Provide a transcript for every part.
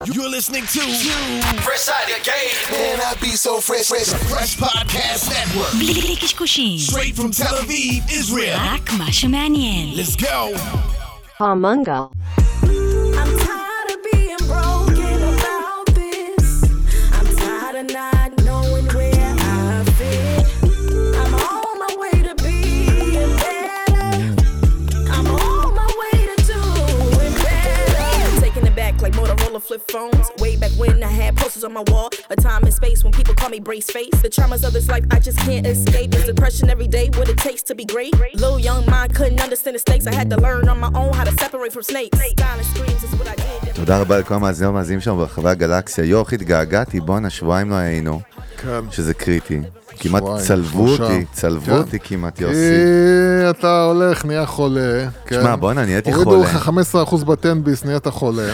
You're listening to Fresh Out of Game. Man, I be so fresh. Fresh Podcast Network. בלי קשקושים. Straight from Tel Aviv, Israel. רק מה שמעניין. Let's go. Hamungal. I'm tired of being broken about this. I'm tired of not knowing where I fit. I'm on my way to being better. I'm on my way to doing better. Taking it back like Motorola flip phones. Way back when I had posters on my wall. A time and space when people call me brace face. The traumas of this life I just can't escape. It's depression every day, what it takes to be great. Little young mind couldn't understand the stakes. I had to learn on my own how to separate from snakes. Silent screams is what I did. תודה רבה לכל המאזינים ומאזינים שם ברחבי הגלקסיה. יוח, התגעגעתי, בואנה, שבועיים לא היינו. כן. שזה קריטי. כמעט צלבו אותי כמעט, יוסי. אתה הולך, נהיה חולה. שמע, בואנה, נהייתי חולה. הורידו לך 15% בטנביס, נהיית חולה.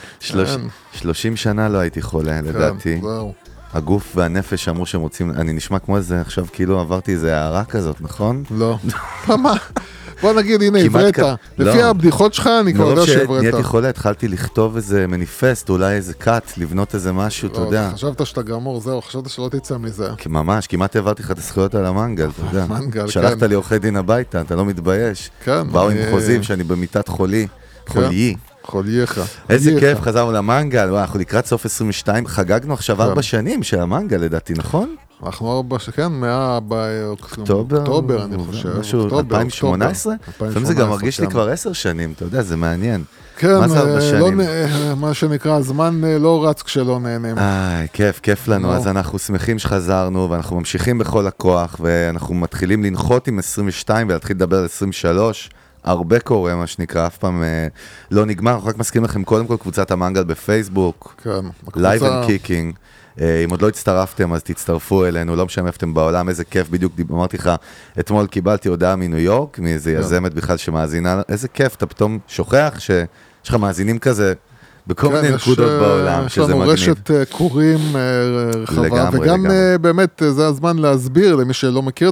30 שנה לא הייתי חולה, לדעתי. זהו. הגוף והנפש אמרו שהם רוצים, אני נשמע כמו איזה, עכשיו כאילו עברתי איזה הערה כזאת, נכון? לא. מה? בוא נגיד, הנה, הבראת. לפי הבדיחות שלך, אני כבר יודע שהבראת. מרוב שנהייתי חולה, התחלתי לכתוב איזה מניפסט, אולי איזה קאט, לבנות איזה משהו, אתה יודע. חשבת שאתה גמור, זהו, חשבת שלא תצא מזה. ממש, כמעט העברתי לך את הזכויות על המנגל, אתה יודע. מנגל, כן. שלחת לי עורכי דין הביתה, אתה לא מתבייש. כן. באו עם חוזים שאני במיטת חולי. חולייך. איזה כיף, חזרנו למנגל, אנחנו לקראת סוף 22, חגגנו עכשיו 4 שנים של המנגל, לדעתי, נכון? אנחנו 4 שנים, באוקטובר, אני חושב. משהו, 2018? לפעמים זה גם מרגיש לי כבר 10 שנים, אתה יודע, זה מעניין. כן, מה זה 4 שנים? מה שנקרא, הזמן לא רץ כשלא נהנים. כיף לנו, אז אנחנו שמחים שחזרנו, ואנחנו ממשיכים בכל הכוח, ואנחנו מתחילים לנחות עם 22, ולהתחיל לדבר על 23, הרבה קורה, מה שנקרא, אף פעם לא נגמר. אנחנו רק מזכירים לכם קודם כל קבוצת המנגל בפייסבוק, כן, Live and Kicking. אם עוד לא הצטרפתם, אז תצטרפו אלינו, לא משנה איפה בעולם, איזה כיף, בדיוק אמרתי לך, אתמול קיבלתי הודעה מניו יורק, מאיזה יזמת בכלל שמאזינה, איזה כיף, אתה פתאום שוכח שיש לך מאזינים כזה, בכל מיני נקודות בעולם, שזה מגניב. יש לנו רשת קוראים רחבה, וגם באמת זה הזמן להסביר למי שלא מכיר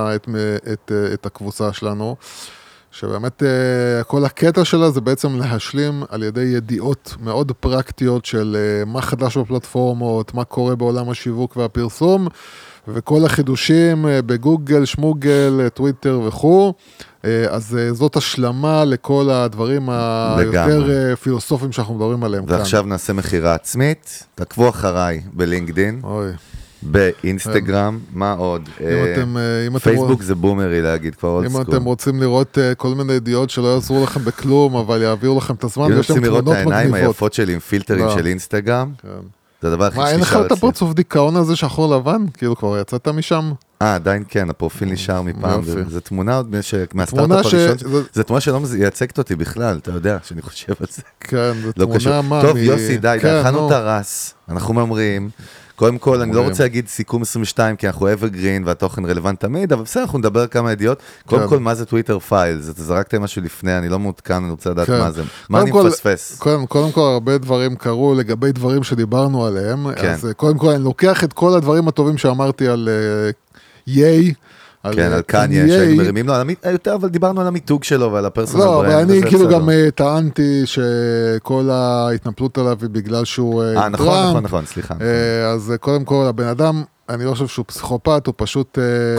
את הקבוצה שלנו, שבאמת כל הקטע שלה זה בעצם להשלים על ידי ידיעות מאוד פרקטיות של מה חדש בפלטפורמות, מה קורה בעולם השיווק והפרסום, וכל החידושים בגוגל, שמוגל, טוויטר וכו'. אז זאת השלמה לכל הדברים היותר פילוסופיים שאנחנו מדברים עליהם כאן. ועכשיו נעשה מחירה עצמית, תעקבו אחריי בלינקדין. אוי. באינסטגרם, מה עוד? פייסבוק זה בומרי להגיד כבר עוד סקול. אם אתם רוצים לראות כל מיני ידיעות שלא יעזרו לכם בכלום, אבל יעבירו לכם את הזמן, ויש להם תמונות מגניבות. העיניים היפות שלי עם פילטרים של אינסטגרם, זה הדבר הכי מה, אין לך את הפרצוף דיכאון הזה שחור לבן? כאילו כבר יצאת משם? עדיין כן, הפרופיל נשאר מפעם, זו תמונה עוד מהסטארט-אפ הראשון, זו תמונה שלא מייצגת אותי בכלל, אתה יודע, שאני חושב על זה. כן, זו תמונה מה? טוב, יוסי, די, דחנו את הרס, אנחנו ממרים, קודם כל, אני לא רוצה להגיד סיכום 22, כי אנחנו evergreen והתוכן רלוונט תמיד, אבל בסדר, אנחנו נדבר כמה ידיעות. קודם כל, מה זה טוויטר פיילס? אתה זרקתם משהו לפני, אני לא מעודכן, אני רוצה לדעת מה זה. מה אני מפספס? קודם כל, הרבה דברים קרו לגבי דברים שדיברנו עליהם. אז קודם כל, אני לוקח את כל הדברים הטובים שאמרתי על ייי, כן, על קניה, שהיינו מרימים לו, יותר, אבל דיברנו על המיתוג שלו ועל הפרסונל ברנד. לא, אבל אני כאילו גם טענתי שכל ההתנפלות עליו היא בגלל שהוא נכון, סליחה. אז קודם כל, הבן אדם, אני לא חושב שהוא פסיכופת, הוא פשוט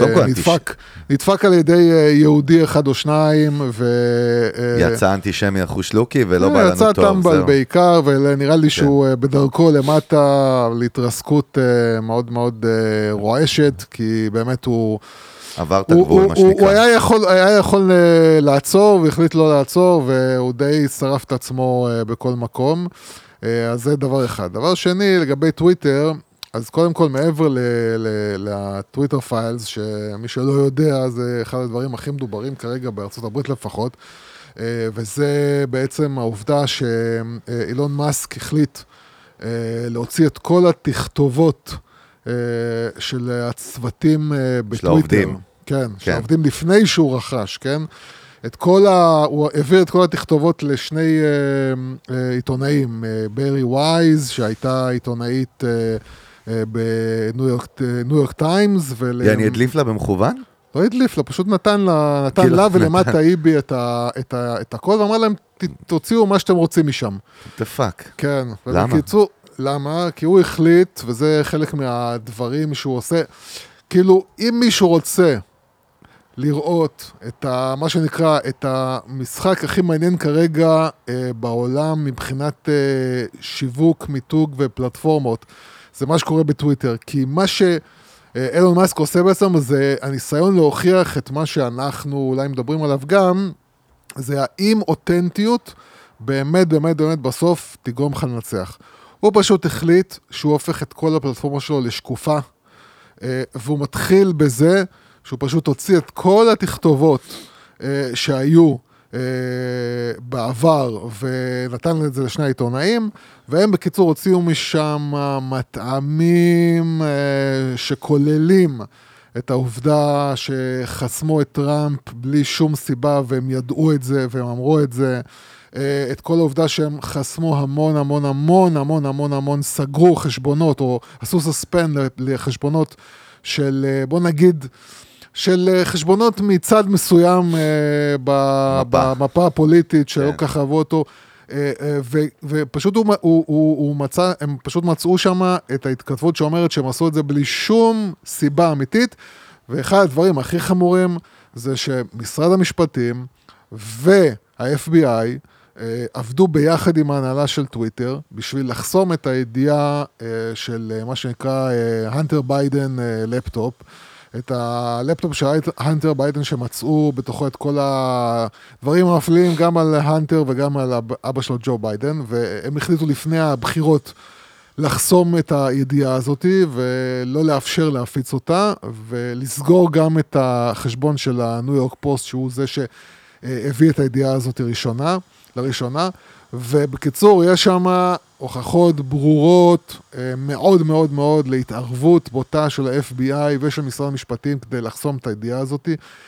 נדפק על ידי יהודי אחד או שניים, יצא אנטישמי החושלוקי ולא בא לנו טוב. יצא טמבל בעיקר, ונראה לי שהוא בדרכו למטה להתרסקות מאוד מאוד רועשת, כי באמת הוא עבר את הגבול, מה שנקרא. הוא היה יכול לעצור, והחליט לא לעצור, והוא די שרף את עצמו בכל מקום. אז זה דבר אחד. דבר שני, לגבי טוויטר, אז קודם כל, מעבר לטוויטר פיילס, שמי שלא יודע, זה אחד הדברים הכי מדוברים כרגע בארצות הברית לפחות, וזה בעצם העובדה שאילון מאסק החליט להוציא את כל התכתובות של הצוותים בטוויטר. של העובדים. כן, של העובדים לפני שהוא רכש, כן? הוא העביר את כל התכתובות לשני עיתונאים, ברי ווייז, שהייתה עיתונאית בניו יורק טיימס. יעני הדליף לה במכוון? לא הדליף לה, פשוט נתן לה ולמטה איבי את הכל, ואמר להם, תוציאו מה שאתם רוצים משם. The fuck. כן. למה? ובקיצור, למה? כי הוא החליט, וזה חלק מהדברים שהוא עושה, כאילו, אם מישהו רוצה לראות את מה שנקרא, את המשחק הכי מעניין כרגע בעולם מבחינת שיווק, מיתוג ופלטפורמות, זה מה שקורה בטוויטר, כי מה שאילון מאסק עושה בעצם זה הניסיון להוכיח את מה שאנחנו אולי מדברים עליו גם, זה האם אותנטיות באמת באמת באמת בסוף תגרום לך לנצח. הוא פשוט החליט שהוא הופך את כל הפלטפורמה שלו לשקופה, והוא מתחיל בזה שהוא פשוט הוציא את כל התכתובות שהיו בעבר, ונתן את זה לשני העיתונאים, והם בקיצור הוציאו משם מטעמים שכוללים את העובדה שחסמו את טראמפ בלי שום סיבה, והם ידעו את זה, והם אמרו את זה, את כל העובדה שהם חסמו המון המון המון המון המון המון, סגרו חשבונות, או עשו סספנד לחשבונות של, בוא נגיד, של חשבונות מצד מסוים במפה הפוליטית, שלא ככה אהבו אותו, ופשוט הם פשוט מצאו שם את ההתכתבות שאומרת שהם עשו את זה בלי שום סיבה אמיתית, ואחד הדברים הכי חמורים זה שמשרד המשפטים וה-FBI עבדו ביחד עם ההנהלה של טוויטר, בשביל לחסום את הידיעה של מה שנקרא הנטר ביידן לפטופ, את הלפטופ של הנטר ביידן שמצאו בתוכו את כל הדברים המפליאים, גם על הנטר וגם על אבא שלו ג'ו ביידן, והם החליטו לפני הבחירות לחסום את הידיעה הזאת, ולא לאפשר להפיץ אותה, ולסגור גם את החשבון של הניו יורק פוסט, שהוא זה שהביא את הידיעה הזאת לראשונה, ובקיצור, יש שם הוכחות ברורות מאוד מאוד מאוד להתערבות בוטה של ה-FBI ושל משרד המשפטים כדי לחסום את הידיעה הזאת,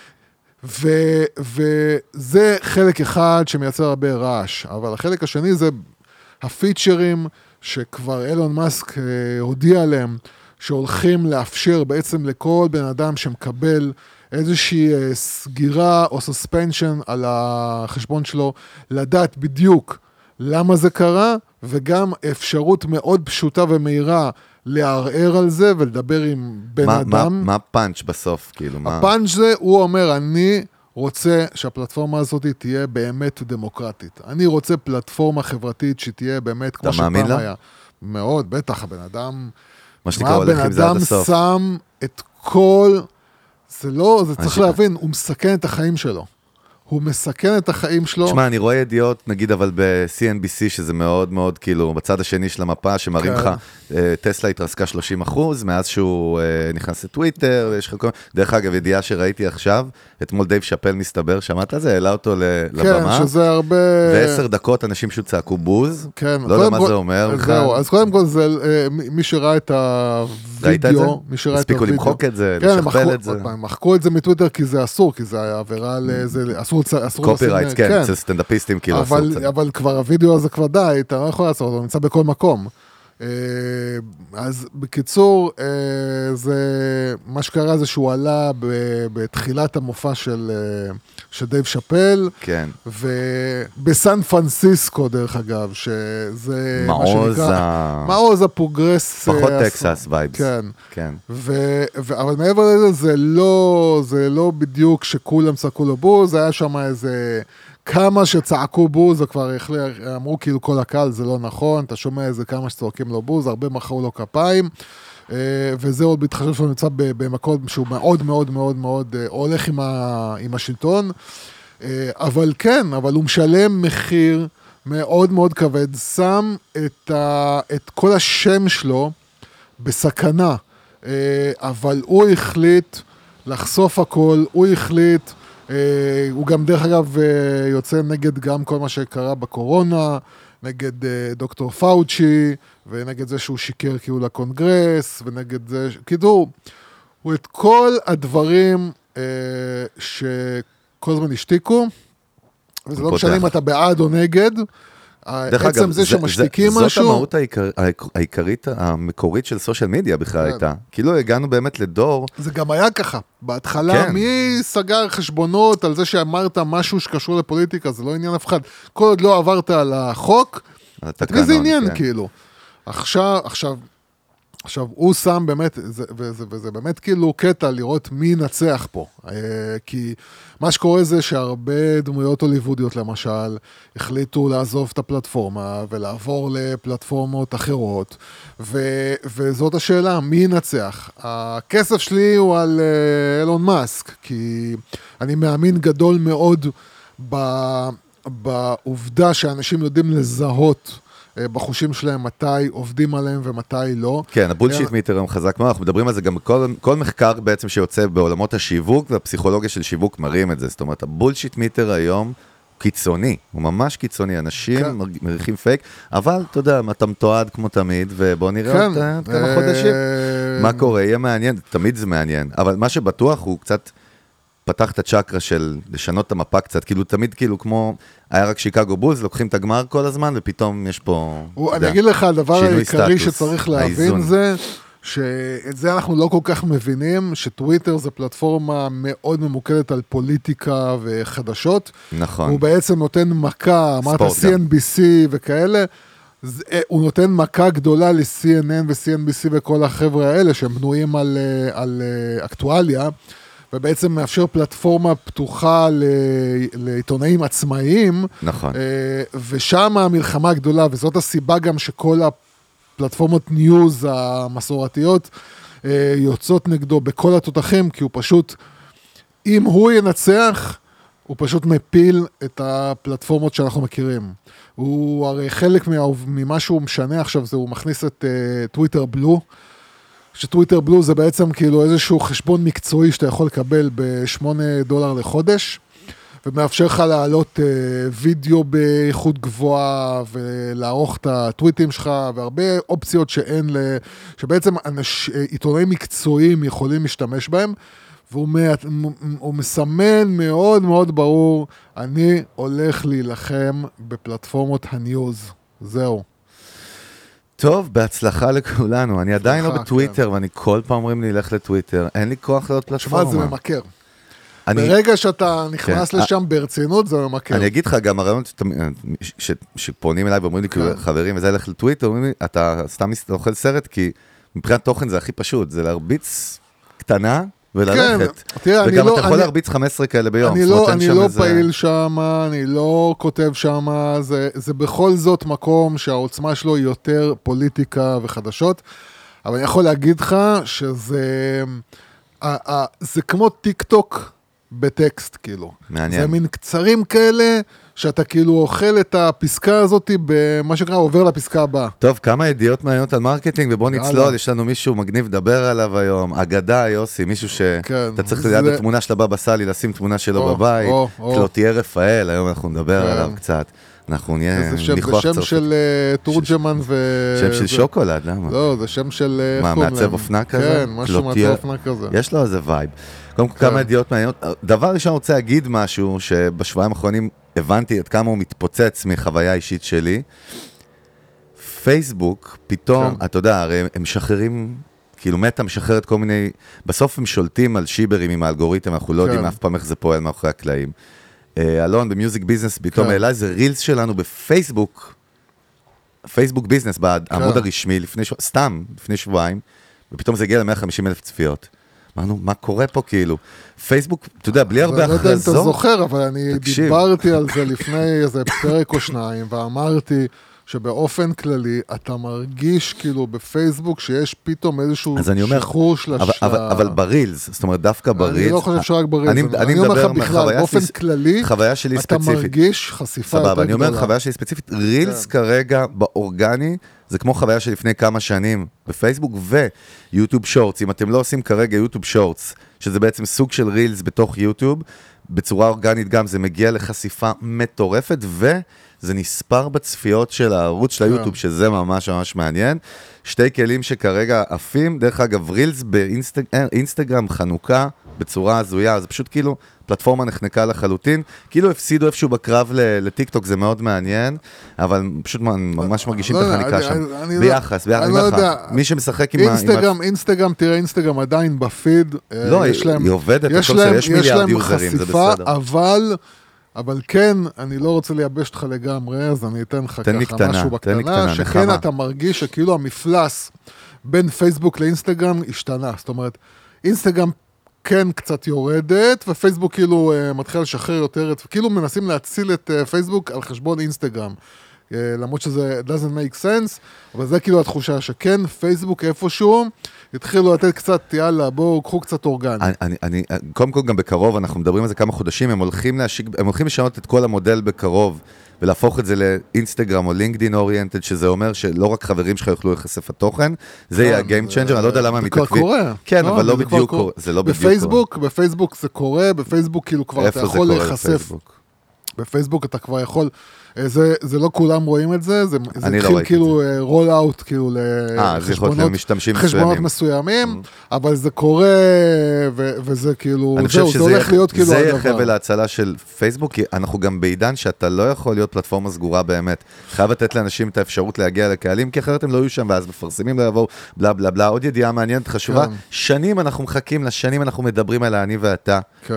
וזה חלק אחד שמייצר הרבה רעש, אבל החלק השני זה הפיצ'רים שכבר אילון מאסק הודיע עליהם, שהולכים לאפשר בעצם לכל בן אדם שמקבל איזושהי סגירה או סספנשן על החשבון שלו, לדעת בדיוק למה זה קרה, וגם אפשרות מאוד פשוטה ומהירה לערער על זה ולדבר עם בן אדם. מה הפאנץ' בסוף? כאילו, הפאנץ' זה, הוא אומר, אני רוצה שהפלטפורמה הזאת תהיה באמת דמוקרטית. אני רוצה פלטפורמה חברתית שתהיה באמת כמו שפעם היה. אתה מאמין לה? מאוד, בטח, הבן אדם... מה שנקרא הולך עם זה עד הסוף. הבן אדם שם את כל... זה לא, זה צריך להבין, הוא מסכן את החיים שלו. הוא מסכן את החיים שלו. תשמע, אני רואה ידיעות, נגיד, אבל ב-CNBC, שזה מאוד מאוד, כאילו, בצד השני של המפה, שמראים לך, טסלה התרסקה 30%, מאז שהוא נכנס לטוויטר, יש לך כל... דרך אגב, ידיעה שראיתי עכשיו, אתמול דייב שאפל מסתבר, שמעת זה? העלה אותו לבמה. כן, שזה הרבה... ו10 דקות אנשים שצעקו בוז. כן. לא יודע מה זה אומר. זהו, אז קודם כל, מי שראה את הווידאו, מי שראה את הספיקו למחוק את זה, לשכפל את זה. מחקו את זה מטוויטר כי זה אסור, כי זה עבירה קופירייטס, כן, אצל סטנדאפיסטים כאילו אסור. אבל כבר הווידאו הזה כבר די, אתה לא יכול לעשות, הוא נמצא בכל מקום. אז בקיצור, מה שקרה זה שהוא עלה בתחילת המופע של דייב שאפל, כן. ובסן פרנסיסקו דרך אגב, שזה מה שנקרא, מעוז הפרוגרס. פחות טקסס וייבס. כן. כן. אבל מעבר לזה, זה לא בדיוק שכולם צעקו לו בוז, היה שם איזה... כמה שצעקו בוז, וכבר אמרו כאילו כל הקהל, זה לא נכון, אתה שומע איזה כמה שצועקים לו בוז, הרבה מחאו לו כפיים, וזה עוד מתחשב שהוא נמצא במקום שהוא מאוד מאוד מאוד מאוד הולך עם השלטון, אבל כן, אבל הוא משלם מחיר מאוד מאוד כבד, שם את כל השם שלו בסכנה, אבל הוא החליט לחשוף הכל, הוא החליט, הוא גם דרך אגב יוצא נגד גם כל מה שקרה בקורונה, נגד דוקטור פאוצ'י, ונגד זה שהוא שיקר כאילו לקונגרס, ונגד זה, כאילו, הוא את כל הדברים שכל הזמן השתיקו, וזה לא משנה אם אתה בעד או נגד, עצם זה שמשתיקים זאת משהו... המהות העיקרית, המקורית של סושיאל מדיה בכלל הייתה. כאילו הגענו באמת לדור... זה גם היה ככה. בהתחלה, מי סגר חשבונות על זה שאמרת משהו שקשור לפוליטיקה, זה לא עניין אף אחד. כל עוד לא עברת על החוק, מי זה עניין כאילו. עכשיו, הוא שם באמת, וזה באמת כאילו קטע לראות מי נצח פה. כי מה שקורה זה שהרבה דמויות הוליוודיות למשל, החליטו לעזוב את הפלטפורמה ולעבור לפלטפורמות אחרות, וזאת השאלה, מי ינצח? הכסף שלי הוא על אילון מאסק, כי אני מאמין גדול מאוד בעובדה שאנשים יודעים לזהות בחושים שלהם מתי עובדים עליהם ומתי לא. כן, הבולשיט מיטר הם חזק מאוד, אנחנו מדברים על זה גם כל מחקר בעצם שיוצא בעולמות השיווק והפסיכולוגיה של שיווק מראים את זה, זאת אומרת, הבולשיט מיטר היום קיצוני, הוא ממש קיצוני, אנשים מריחים פייק, אבל אתה יודע, אתה מתועד כמו תמיד, ובוא נראה עוד כמה חודשים. מה קורה, יהיה מעניין, תמיד זה מעניין, אבל מה שבטוח הוא קצת פתח את הצ'קרה של לשנות את המפה קצת, כאילו תמיד כאילו כמו, היה רק שיקגו בולס, לוקחים את הגמר כל הזמן, ופתאום יש פה... אני אגיד לך, הדבר העיקרי שצריך להבין זה, שאת זה אנחנו לא כל כך מבינים, שטוויטר זה פלטפורמה מאוד ממוקדת על פוליטיקה וחדשות. נכון. הוא בעצם נותן מכה, אמרת CNBC וכאלה, הוא נותן מכה גדולה ל-CNN ו-CNBC וכל החבר'ה האלה, שהם בנויים על אקטואליה, ובעצם מאפשר פלטפורמה פתוחה לעיתונאים עצמאיים. נכון. ושם המלחמה הגדולה, וזאת הסיבה גם שכל הפלטפורמות ניוז המסורתיות יוצאות נגדו בכל התותחים, כי הוא פשוט, אם הוא ינצח, הוא פשוט מפיל את הפלטפורמות שאנחנו מכירים. הוא הרי חלק ממה שהוא משנה עכשיו, זה הוא מכניס את טוויטר בלו, שטוויטר בלו זה בעצם כאילו איזשהו חשבון מקצועי שאתה יכול לקבל $8 לחודש, ומאפשר לך להעלות וידאו באיכות גבוהה, ולערוך את הטוויטים שלך, והרבה אופציות שבעצם עיתונאים מקצועיים יכולים להשתמש בהם, והוא מסמן מאוד מאוד ברור, אני הולך להילחם בפלטפורמות הניוז. זהו. טוב, בהצלחה לכולנו. אני עדיין לא בטוויטר, ואני כל פעם אומרים לי, לך לטוויטר. אין לי כוח להיות פלטפורמה. שמע, זה ממכר. ברגע שאתה נכנס לשם ברצינות, זה ממכר. אני אגיד לך, גם הרעיון שפונים אליי ואומרים לי, חברים, וזה ילך לטוויטר, אומרים לי, אתה סתם אוכל סרט, כי מבחינת תוכן זה הכי פשוט, זה להרביץ קטנה וללכת. וגם אתה יכול להרביץ 15 כאלה ביום. אני לא פעיל שם, אני לא כותב שם, זה בכל זאת מקום שהעוצמה שלו היא יותר פוליטיקה וחדשות, אבל אני יכול להגיד לך שזה כמו טיק טוק בטקסט, כאילו. מעניין. זה מין קצרים כאלה, שאתה כאילו אוכל את הפסקה הזאת, במה שקרה, עובר לפסקה הבאה. טוב, כמה ידיעות מעניינות על מרקטינג, ובוא נצלול, יש לנו מישהו מגניב לדבר עליו היום, אגדה, יוסי, מישהו שאתה צריך ליד התמונה של הבבא סאלי, לשים תמונה שלו בבית, קלוטייר רפאל, היום אנחנו נדבר עליו קצת. אנחנו נהיה ניחוח צרפת. זה שם של תורג'מן שם של שוקולד, למה? לא, זה שם של... מה, מעצב אופנה כזה? כן, משהו מעצב אופנה כזה. יש לו איזה וייב. קודם כל כמה ידיעות מעניינות. דבר ראשון, אני רוצה להגיד משהו שבשבועיים האחרונים הבנתי עד כמה הוא מתפוצץ מחוויה אישית שלי. פייסבוק, פתאום, אתה יודע, הרי הם משחררים, כאילו מטה משחררת כל מיני, בסוף הם שולטים על שיברים עם האלגוריתם, אנחנו לא יודעים אף פעם איך זה פועל מאחורי הקלעים. אלון, במיוזיק ביזנס, פתאום העלה זה רילס שלנו בפייסבוק, פייסבוק ביזנס, בעמוד הרשמי, סתם, לפני שבועיים, ופתאום זה הגיע ל-150,000 צפיות. אמרנו, מה קורה פה כאילו? פייסבוק, אתה יודע, בלי הרבה הכרזות. אני לא יודע אם אתה זוכר, אבל אני דיברתי על זה לפני איזה פרק או שניים, ואמרתי שבאופן כללי, אתה מרגיש כאילו בפייסבוק שיש פתאום איזשהו שחרור של אבל ברילס, זאת אומרת, דווקא ברילס. אני לא חושב שרק ברילס, אני אומר לך בכלל, באופן כללי, אתה מרגיש חשיפה יותר גדולה. אני אומר, חוויה שלי ספציפית, רילס כרגע באורגני, זה כמו חוויה שלפני כמה שנים בפייסבוק ויוטיוב שורטס. אם אתם לא עושים כרגע יוטיוב שורטס, שזה בעצם סוג של רילס בתוך יוטיוב, בצורה אורגנית גם זה מגיע לחשיפה מטורפת, וזה נספר בצפיות של הערוץ של היוטיוב, שזה ממש ממש מעניין. שתי כלים שכרגע עפים, דרך אגב רילס באינסטגרם חנוכה, בצורה הזויה, זה פשוט כאילו פלטפורמה נחנקה לחלוטין, כאילו הפסידו איפשהו בקרב לטיקטוק, זה מאוד מעניין, אבל פשוט ממש מרגישים את החניקה שם. ביחס, מי שמשחק עם... אינסטגרם, תראה, אינסטגרם עדיין בפיד, לא, היא עובדת, יש מיליארד יוזרים, זה בסדר. אבל כן, אני לא רוצה לייבש אותך לגמרי, אז אני אתן לך ככה משהו בקטנה, שכן אתה מרגיש שכאילו המפלס בין פייסבוק לאינסטגרם השתנה, זאת אומרת, אינסטגרם כן קצת יורדת, ופייסבוק כאילו מתחיל לשחרר יותר, כאילו מנסים להציל את פייסבוק על חשבון אינסטגרם, למרות שזה doesn't make sense, אבל זה כאילו התחושה שכן, פייסבוק איפשהו, התחילו לתת קצת, יאללה, בואו, קחו קצת אורגני. קודם כל גם בקרוב, אנחנו מדברים על זה כמה חודשים, הם הולכים לשנות את כל המודל בקרוב, ולהפוך את זה לאינסטגרם או לינקדין אוריינטד, שזה אומר שלא רק חברים שלך יוכלו לחשף התוכן, זה יהיה הגיים צ'יינג'ר, אני לא יודע למה הם מתעכבים. זה כבר קורה. כן, אבל לא בדיוק קורה. זה לא בדיוק קורה. בפייסבוק זה קורה, בפייסבוק כאילו כבר אתה יכול להיחשף. בפייסבוק אתה כבר יכול, זה לא כולם רואים את זה, זה התחיל כאילו רול אאוט כאילו לחשבונות מסוימים, אבל זה קורה, וזה כאילו, זהו, זה הולך להיות כאילו הדבר. זה יהיה חבל ההצלה של פייסבוק, כי אנחנו גם בעידן שאתה לא יכול להיות פלטפורמה סגורה באמת, חייב לתת לאנשים את האפשרות להגיע לקהלים, כי אחרת הם לא יהיו שם, ואז מפרסמים לעבור, בלה בלה בלה, עוד ידיעה מעניינת חשובה, שנים אנחנו מחכים, לשנים אנחנו מדברים על אני ואתה,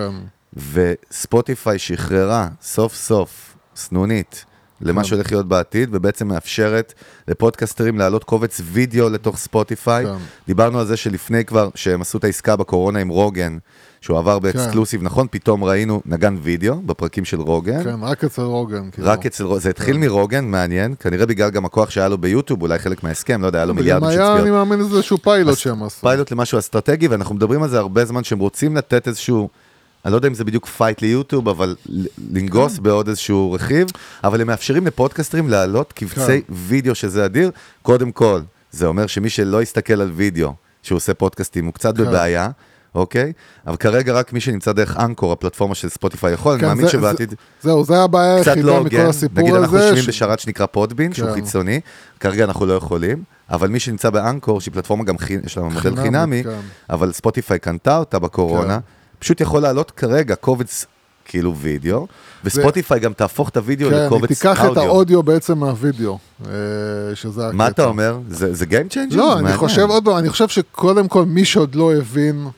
וספוטיפיי שחררה סוף סוף סנונית למה שהולך להיות בעתיד, ובעצם מאפשרת לפודקסטרים להעלות קובץ וידאו לתוך ספוטיפיי. דיברנו על זה שלפני כבר, שהם עשו את העסקה בקורונה עם רוגן, שהוא עבר באקסקלוסיב, נכון? פתאום ראינו נגן וידאו בפרקים של רוגן. כן, רק אצל רוגן. רק אצל רוגן. זה התחיל מרוגן, מעניין, כנראה בגלל גם הכוח שהיה לו ביוטיוב, אולי חלק מההסכם, לא יודע, היה לו מיליארדים שצפיות. אני מאמין איזשהו פיילוט שהם עשו. פיילוט למשהו אסטרטגי, ואנחנו מדברים על זה הרבה זמן שהם רוצים לתת איזשהו, אני לא יודע אם זה בדיוק פייט ליוטיוב, אבל לנגוס בעוד איזשהו רכיב, אבל הם מאפשרים לפודקסטרים להעלות קבצי וידאו שזה אדיר. קודם כל, זה אומר שמי שלא יסתכל על וידאו, שהוא עושה פודקאסטים, הוא קצת בבעיה, אוקיי? אבל כרגע רק מי שנמצא דרך אנקור, הפלטפורמה של ספוטיפיי יכול, אני מאמין שבעתיד... זהו, זה הבעיה היחידה מכל הסיפור הזה. נגיד אנחנו יושבים בשרת שנקרא פודבין, שהוא חיצוני, כרגע אנחנו לא יכולים, אבל מי שנמצא באנקור, שהיא פלטפורמה גם יש לה מודל חינמי, אבל ספוטיפיי קנתה אותה בקורונה, פשוט יכול לעלות כרגע קובץ כאילו וידאו, וספוטיפיי גם תהפוך את הוידאו לקובץ אודיו. כן, תיקח את האודיו בעצם מהוידאו, שזה הקטע. מה אתה אומר? זה game changer? לא, אני חושב שקודם כל מי שעוד לא הבין,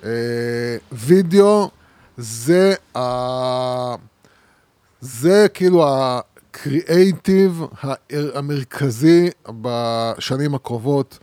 וידאו זה כאילו הקריאייטיב המרכזי בשנים הקרובות,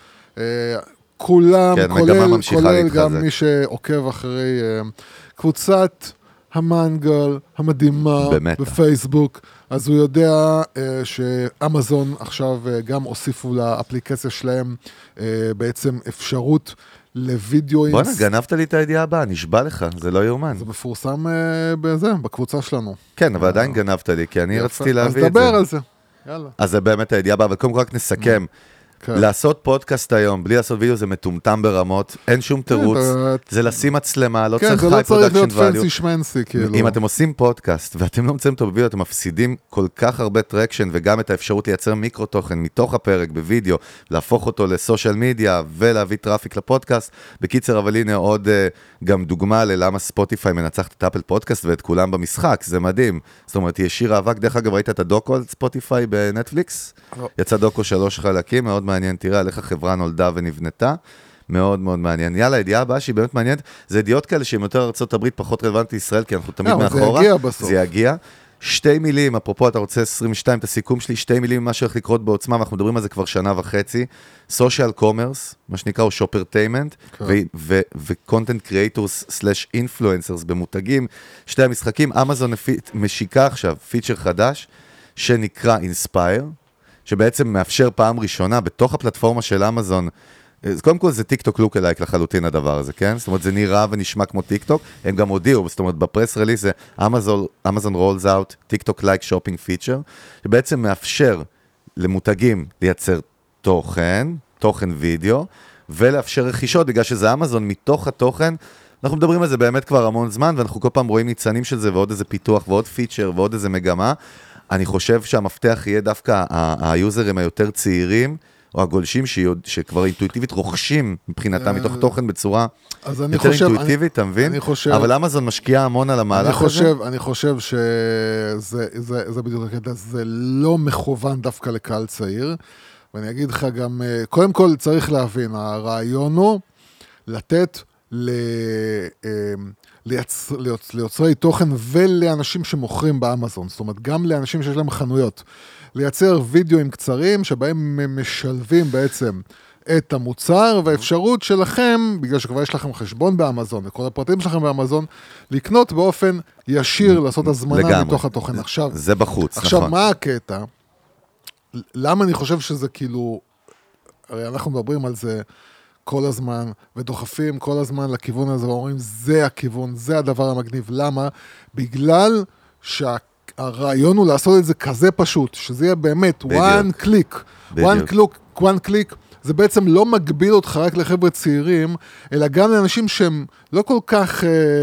כולם, כולל גם מי שעוקב אחרי קבוצת המנגל המדהימה בפייסבוק, אז הוא יודע שאמזון עכשיו גם הוסיפו לאפליקציה שלהם בעצם אפשרות לוידאו. בוא'נה, גנבת לי את הידיעה הבאה, נשבע לך, זה לא יאומן. זה מפורסם בקבוצה שלנו. כן, אבל עדיין גנבת לי, כי אני רציתי להביא את זה. אז דבר על זה, יאללה. אז זה באמת הידיעה הבאה, אבל קודם כל רק נסכם. לעשות פודקאסט היום, בלי לעשות וידאו, זה מטומטם ברמות, אין שום תירוץ, זה לשים מצלמה, לא צריך high production value. אם אתם עושים פודקאסט, ואתם לא מצאים אותו בווידאו, אתם מפסידים כל כך הרבה טרקשן, וגם את האפשרות לייצר מיקרו תוכן מתוך הפרק בווידאו, להפוך אותו לסושיאל מדיה, ולהביא טראפיק לפודקאסט. בקיצר, אבל הנה עוד גם דוגמה ללמה ספוטיפיי מנצחת את אפל פודקאסט, ואת כולם במשחק, זה מדהים. זאת אומרת, היא השאירה אבק, דרך אגב, ראית את הדוקו על ספוטיפיי בנטפליקס? יצא דוקו 3 חלקים, מאוד מעניין, תראה על איך החברה נולדה ונבנתה, מאוד מאוד מעניין. יאללה, הידיעה הבאה שהיא באמת מעניינת, זה ידיעות כאלה שהן יותר ארצות הברית, פחות רלוונטית לישראל, כי אנחנו תמיד מאחורה. זה יגיע בסוף. זה יגיע. 2 מילים, אפרופו, אתה רוצה 22, את הסיכום שלי, 2 מילים ממה שהולך לקרות בעוצמה, ואנחנו מדברים על זה כבר 1.5 שנה, social commerce, מה שנקרא, או shoppertainment, ו-content creators/influencers במותגים, שתי המשחקים, אמזון משיקה עכשיו פיצ'ר חדש, שנקרא Inspire, שבעצם מאפשר פעם ראשונה בתוך הפלטפורמה של אמזון, אז קודם כל זה טיקטוק לוק אלייק לחלוטין הדבר הזה, כן? זאת אומרת, זה נראה ונשמע כמו טיקטוק, הם גם הודיעו, זאת אומרת, בפרס רליס זה אמזון רולס אאוט, טיקטוק לייק שופינג פיצ'ר, שבעצם מאפשר למותגים לייצר תוכן וידאו, ולאפשר רכישות, בגלל שזה אמזון מתוך התוכן, אנחנו מדברים על זה באמת כבר המון זמן, ואנחנו כל פעם רואים ניצנים של זה, ועוד איזה פיתוח, ועוד פיצ'ר, ועוד איזה מגמה. אני חושב שהמפתח יהיה דווקא היוזרים היותר צעירים, או הגולשים שכבר אינטואיטיבית רוכשים מבחינתם מתוך תוכן בצורה יותר אינטואיטיבית, אתה מבין? אבל אמזון משקיע המון על המהלך הזה. אני חושב שזה בדיוק הקטע, זה לא מכוון דווקא לקהל צעיר, ואני אגיד לך גם, קודם כל צריך להבין, הרעיון הוא לתת ליוצרי תוכן ולאנשים שמוכרים באמזון, זאת אומרת, גם לאנשים שיש להם חנויות, לייצר וידאוים קצרים שבהם משלבים בעצם את המוצר, והאפשרות שלכם, בגלל שכבר יש לכם חשבון באמזון, וכל הפרטים שלכם באמזון, לקנות באופן ישיר, לעשות הזמנה מתוך התוכן. עכשיו, זה בחוץ, עכשיו, נכון. מה הקטע? למה אני חושב שזה כאילו, הרי אנחנו מדברים על זה כל הזמן, ודוחפים כל הזמן לכיוון הזה, ואומרים, זה הכיוון, זה הדבר המגניב. למה? בגלל שהרעיון הוא לעשות את זה כזה פשוט, שזה יהיה באמת one click, one click, זה בעצם לא מגביל אותך רק לחבר'ה צעירים, אלא גם לאנשים שהם לא כל כך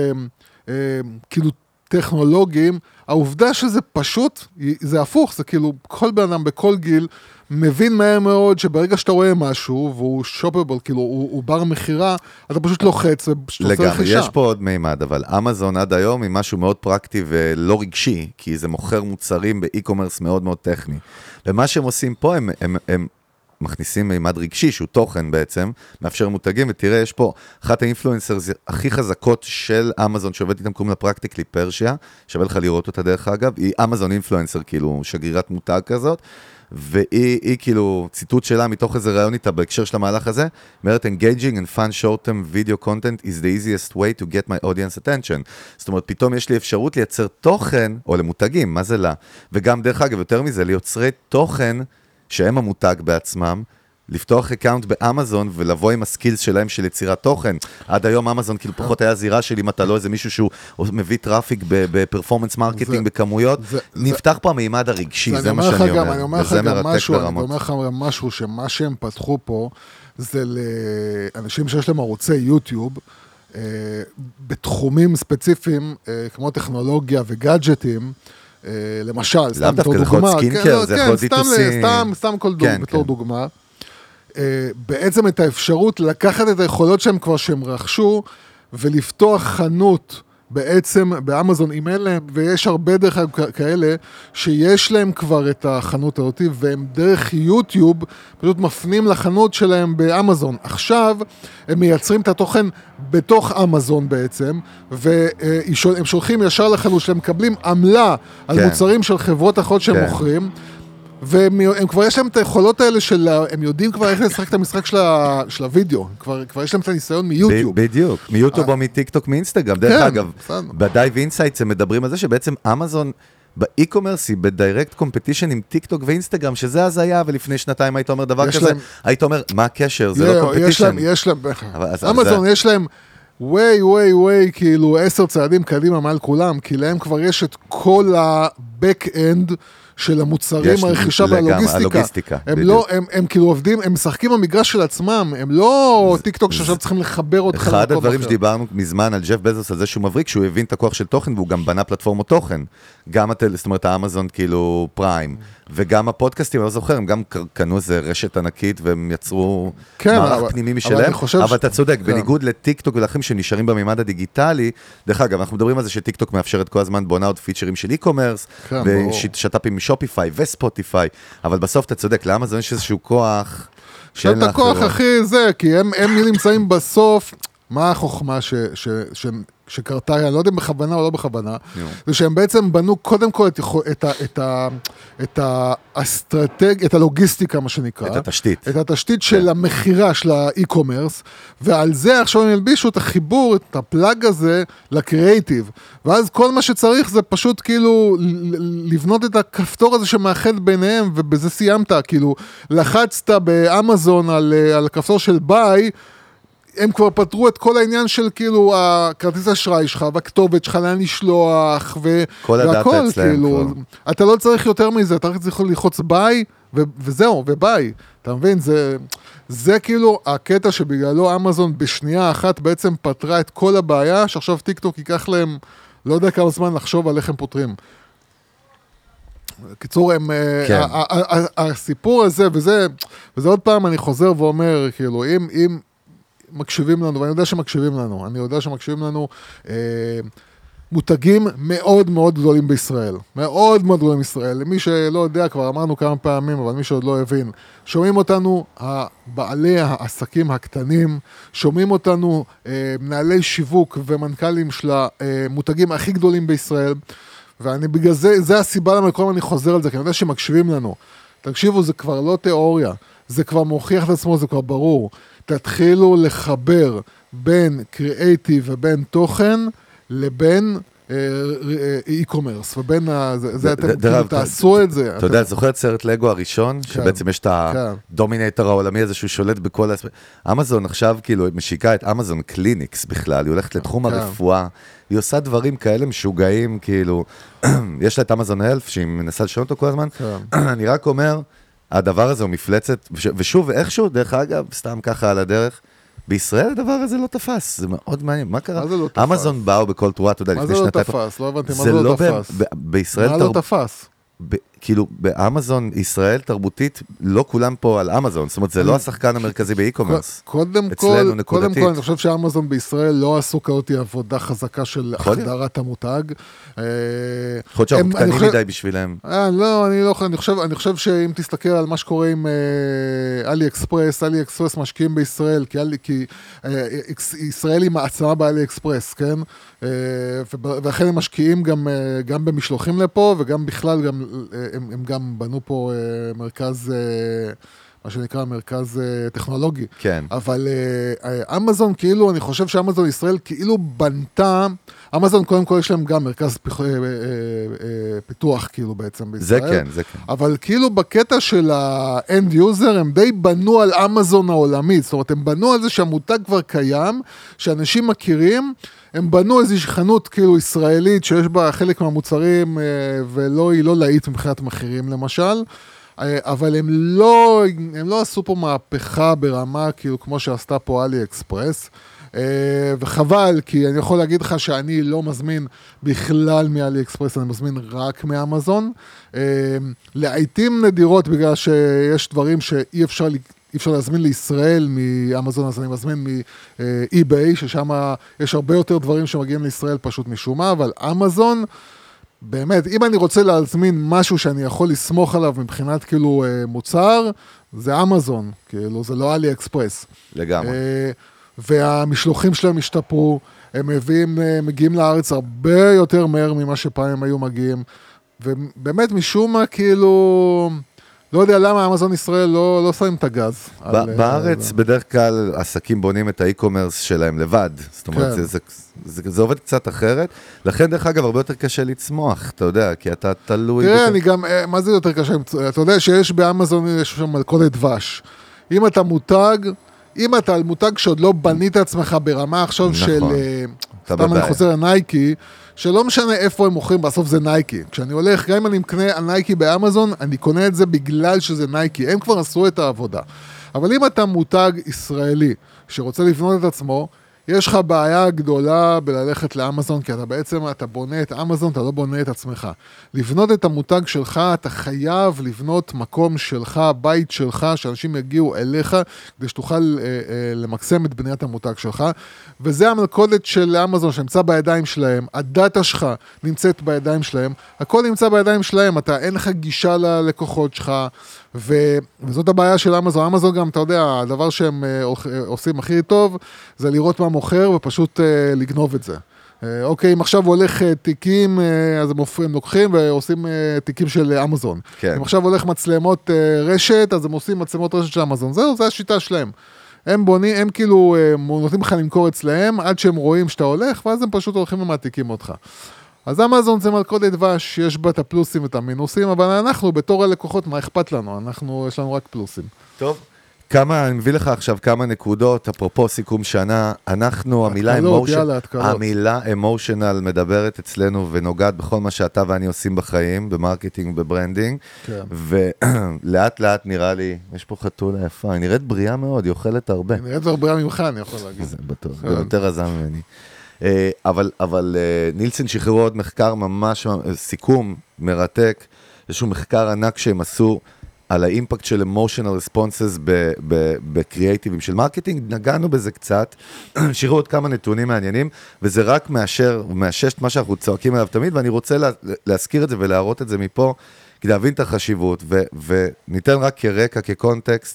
כאילו טכנולוגיים. העובדה שזה פשוט, זה הפוך, זה כאילו כל בן אדם בכל גיל מבין מהר מאוד שברגע שאתה רואה משהו, והוא שופבל, כאילו הוא בר מחירה, אתה פשוט לוחץ ופשוט עושה רכישה. לגמרי, יש פה עוד מימד, אבל אמזון עד היום היא משהו מאוד פרקטי ולא רגשי, כי זה מוכר מוצרים באי-קומרס מאוד מאוד טכני. ומה שהם עושים פה, הם מכניסים מימד רגשי, שהוא תוכן בעצם, מאפשר מותגים, ותראה, יש פה אחת האינפלואנסרס הכי חזקות של אמזון, שעובדת איתם, קוראים לה פרקטיקלי פרשיה, שווה לך לראות אותה דרך אגב, היא אמזון אינפלואנסר, כאילו, שגרירת מותג כזאת, והיא כאילו, ציטוט שלה מתוך איזה רעיון איתה בהקשר של המהלך הזה, אומרת, engaging and fun short-term video content is the easiest way to get my audience attention. זאת אומרת, פתאום יש לי אפשרות לייצר תוכן, או למותגים, מה זה לה? וגם דרך אגב, יותר מזה, ליוצרי תוכן שהם המותג בעצמם, לפתוח אקאונט באמזון ולבוא עם הסקילס שלהם של יצירת תוכן. עד היום אמזון כאילו פחות היה זירה של אם אתה לא איזה מישהו שהוא מביא טראפיק בפרפורמנס מרקטינג בכמויות, נפתח פה המימד הרגשי, זה מה שאני אומר. אני אומר לך גם משהו שמה שהם פתחו פה, זה לאנשים שיש להם ערוצי יוטיוב, בתחומים ספציפיים, כמו טכנולוגיה וגאדג'טים, למשל, סתם בתור דוגמה, סתם כל בתור דוגמה, בעצם את האפשרות לקחת את היכולות שהם כבר שהם רכשו, ולפתוח חנות בעצם באמזון עם אלה, ויש הרבה דרך כאלה, שיש להם כבר את החנות האותי, והם דרך יוטיוב פשוט מפנים לחנות שלהם באמזון. עכשיו הם מייצרים את התוכן בתוך אמזון בעצם, והם שולחים ישר לחנות שלהם, מקבלים עמלה על מוצרים של חברות אחרות שהם מוכרים, והם כבר יש להם את היכולות האלה של, הם יודעים כבר איך לשחק את המשחק של הוידאו, כבר יש להם את הניסיון מיוטיוב. בדיוק, מיוטיוב או מטיקטוק, מאינסטגרם. דרך אגב, בדייב אינסייטס הם מדברים על זה שבעצם אמזון באי-קומרס היא בדיירקט קומפטישן עם טיקטוק ואינסטגרם, שזה אז היה, ולפני שנתיים היית אומר דבר כזה, היית אומר, מה הקשר? זה לא קומפטישן. יש להם, אמזון יש להם ווי, כאילו 10 צעדים קדימה מעל כולם, כי להם כבר יש את כל ה-back-end של המוצרים, הרכישה והלוגיסטיקה. הם כאילו עובדים, הם משחקים במגרש של עצמם, הם לא טיקטוק שעכשיו צריכים לחבר אותך. אחד הדברים שדיברנו מזמן על ג'ף בזוס, על זה שהוא מבריק, שהוא הבין את הכוח של תוכן, והוא גם בנה פלטפורמות תוכן. גם, זאת אומרת, האמזון כאילו פריים, וגם הפודקאסטים, אני לא זוכר, הם גם קנו איזה רשת ענקית, והם יצרו מערך פנימי משלהם, אבל אתה צודק, בניגוד לטיקטוק ולאחרים שנשארים במימד הדיגיטלי, דרך אגב, אנחנו מדברים על זה שטיקטוק מאפשרת כל הזמן בונה עוד פיצ'רים של אי-קומרס, ושת"פים משופיפיי וספוטיפיי, אבל בסוף אתה צודק, לאמזון יש איזשהו כוח שאין לאחרות. את הכוח הכי זה, כי הם נמצאים בסוף, מה החוכמה שקרתה, אני לא יודע אם בכוונה או לא בכוונה, זה שהם בעצם בנו קודם כל את האסטרטגיה, את הלוגיסטיקה, מה שנקרא. את התשתית. את התשתית של המחירה של האי-קומרס, ועל זה עכשיו הם ילבישו את החיבור, את הפלאג הזה, לקריאייטיב. ואז כל מה שצריך זה פשוט כאילו לבנות את הכפתור הזה שמאחד ביניהם, ובזה סיימת, כאילו לחצת באמזון על הכפתור של ביי, הם כבר פתרו את כל העניין של כאילו הכרטיס אשראי שלך והכתובת שלך לאן לשלוח והכל כאילו, אתה לא צריך יותר מזה, אתה רק צריך ללחוץ ביי וזהו, וביי, אתה מבין? זה כאילו הקטע שבגללו אמזון בשנייה אחת בעצם פתרה את כל הבעיה, שעכשיו טיקטוק ייקח להם לא יודע כמה זמן לחשוב על איך הם פותרים. קיצור, כן. הסיפור הזה, וזה עוד פעם אני חוזר ואומר, כאילו, אם מקשיבים לנו, ואני יודע שמקשיבים לנו, מותגים מאוד מאוד גדולים בישראל, מאוד מאוד גדולים בישראל, למי שלא יודע, כבר אמרנו כמה פעמים, אבל מי שעוד לא הבין, שומעים אותנו בעלי העסקים הקטנים, שומעים אותנו מנהלי שיווק ומנכ"לים של המותגים הכי גדולים בישראל, ואני בגלל זה הסיבה למה כל הזמן אני חוזר על זה, כי אני יודע שמקשיבים לנו. תקשיבו, זה כבר לא תיאוריה, זה כבר מוכיח את עצמו, זה כבר ברור. תתחילו לחבר בין קריאייטיב ובין תוכן לבין e-commerce, ובין זה אתם תעשו את זה. אתה יודע, זוכר את סרט לגו הראשון, שבעצם יש את הדומינטור העולמי הזה שהוא שולט בכל אמזון עכשיו כאילו משיקה את אמזון קליניקס בכלל, היא הולכת לתחום הרפואה, היא עושה דברים כאלה משוגעים, כאילו, יש לה את אמזון הלף, שהיא מנסה לשנות אותו כל הזמן, אני רק אומר, הדבר הזה הוא מפלצת, ושוב, איכשהו, דרך אגב, סתם ככה על הדרך, בישראל הדבר הזה לא תפס, זה מאוד מעניין, מה קרה? מה זה לא תפס? אמזון באו בכל תרועה, אתה יודע, לפני שנתיים. מה זה לא תפס? לא הבנתי, מה זה לא תפס? בישראל מה לא תפס? כאילו, באמזון, ישראל תרבותית, לא כולם פה על אמזון, זאת אומרת, זה לא השחקן המרכזי באי-קומרס. קודם כל, אני חושב שאמזון בישראל לא עשו כאותי עבודה חזקה של החדרת המותג. יכול להיות שאנחנו קטנים מדי בשבילם. לא, אני חושב שאם תסתכל על מה שקורה עם אלי אקספרס משקיעים בישראל, כי ישראל היא מעצמה באלי אקספרס, כן? ואכן הם משקיעים גם במשלוחים לפה, וגם בכלל, הם גם בנו פה מרכז, מה שנקרא מרכז טכנולוגי. כן. אבל אמזון, כאילו, אני חושב שאמזון ישראל כאילו בנתה, אמזון קודם כל יש להם גם מרכז פיתוח, כאילו בעצם בישראל. זה כן, זה כן. אבל כאילו בקטע של האנד יוזר, הם די בנו על אמזון העולמית, זאת אומרת, הם בנו על זה שהמותג כבר קיים, שאנשים מכירים, הם בנו איזושהי חנות כאילו ישראלית, שיש בה חלק מהמוצרים, היא לא להיט מבחינת מחירים למשל, אבל הם לא עשו פה מהפכה ברמה, כאילו כמו שעשתה פה אלי אקספרס, וחבל, כי אני יכול להגיד לך שאני לא מזמין בכלל מאלי אקספרס, אני מזמין רק מאמזון, לעיתים נדירות, בגלל שיש דברים שאי אפשר להזמין לישראל מאמזון, אז אני מזמין מאי-ביי, ששם יש הרבה יותר דברים שמגיעים לישראל פשוט משום מה, אבל אמזון, באמת, אם אני רוצה להזמין משהו שאני יכול לסמוך עליו מבחינת כאילו מוצר, זה אמזון, כאילו זה לא אלי אקספרס. לגמרי. והמשלוחים שלהם השתפרו, הם מגיעים לארץ הרבה יותר מהר ממה שפעם הם היו מגיעים, ובאמת משום מה כאילו, לא יודע למה אמזון ישראל לא שמים את הגז. בארץ בדרך כלל עסקים בונים את האי-קומרס שלהם לבד, זאת אומרת זה עובד קצת אחרת, לכן דרך אגב הרבה יותר קשה לצמוח, אתה יודע, כי אתה תלוי... תראה, אני גם, מה זה יותר קשה? אתה יודע שיש באמזון, יש שם מלכודת דבש. אם אתה על מותג שעוד לא בנית עצמך ברמה עכשיו של... סתם אני חוזר לנייקי, שלא משנה איפה הם מוכרים, בסוף זה נייקי. כשאני הולך, גם אם אני מקנה נייקי באמזון, אני קונה את זה בגלל שזה נייקי. הם כבר עשו את העבודה. אבל אם אתה מותג ישראלי שרוצה לבנות את עצמו, יש לך בעיה גדולה בללכת לאמזון, כי אתה בונה את אמזון, אתה לא בונה את עצמך. לבנות את המותג שלך, אתה חייב לבנות מקום שלך, בית שלך, שאנשים יגיעו אליך, כדי שתוכל למקסם את בניית המותג שלך, וזה המלכודת של אמזון, שנמצא בידיים שלהם, הדאטה שלך נמצאת בידיים שלהם, הכל נמצא בידיים שלהם, אין לך גישה ללקוחות שלך, וזאת הבעיה של אמזון. אמזון גם, אתה יודע, הדבר שהם עושים הכי טוב, זה לראות מה מוכר ופשוט לגנוב את זה. אוקיי, אם עכשיו הולך תיקים, אז הם לוקחים ועושים תיקים של אמזון. כן. אם עכשיו הולך מצלמות רשת, אז הם עושים מצלמות רשת של אמזון. זהו, השיטה שלהם. הם בונים, הם כאילו נותנים לך למכור אצלהם, עד שהם רואים שאתה הולך, ואז הם פשוט הולכים ומעתיקים אותך. אז אמזון זה מלכודת דבש, יש בה את הפלוסים ואת המינוסים, אבל אנחנו בתור הלקוחות, מה אכפת לנו? יש לנו רק פלוסים. טוב. אני מביא לך עכשיו כמה נקודות, אפרופו סיכום שנה, המילה אמושיונל מדברת אצלנו ונוגעת בכל מה שאתה ואני עושים בחיים, במרקטינג ובברנדינג, ולאט לאט נראה לי, יש פה חתולה יפה, היא נראית בריאה מאוד, היא אוכלת הרבה. היא נראית בריאה ממך, אני יכול להגיד. זה בטוח, זה יותר רזה ממני. אבל נילסון שחררו עוד מחקר ממש, סיכום מרתק, איזשהו מחקר ענק שהם עשו על האימפקט של emotional responses בקריאייטיבים של מרקטינג, נגענו בזה קצת, שירו עוד כמה נתונים מעניינים, וזה רק מאשש את מה שאנחנו צועקים עליו תמיד, ואני רוצה להזכיר את זה ולהראות את זה מפה, כדי להבין את החשיבות, וניתן רק כרקע, כקונטקסט,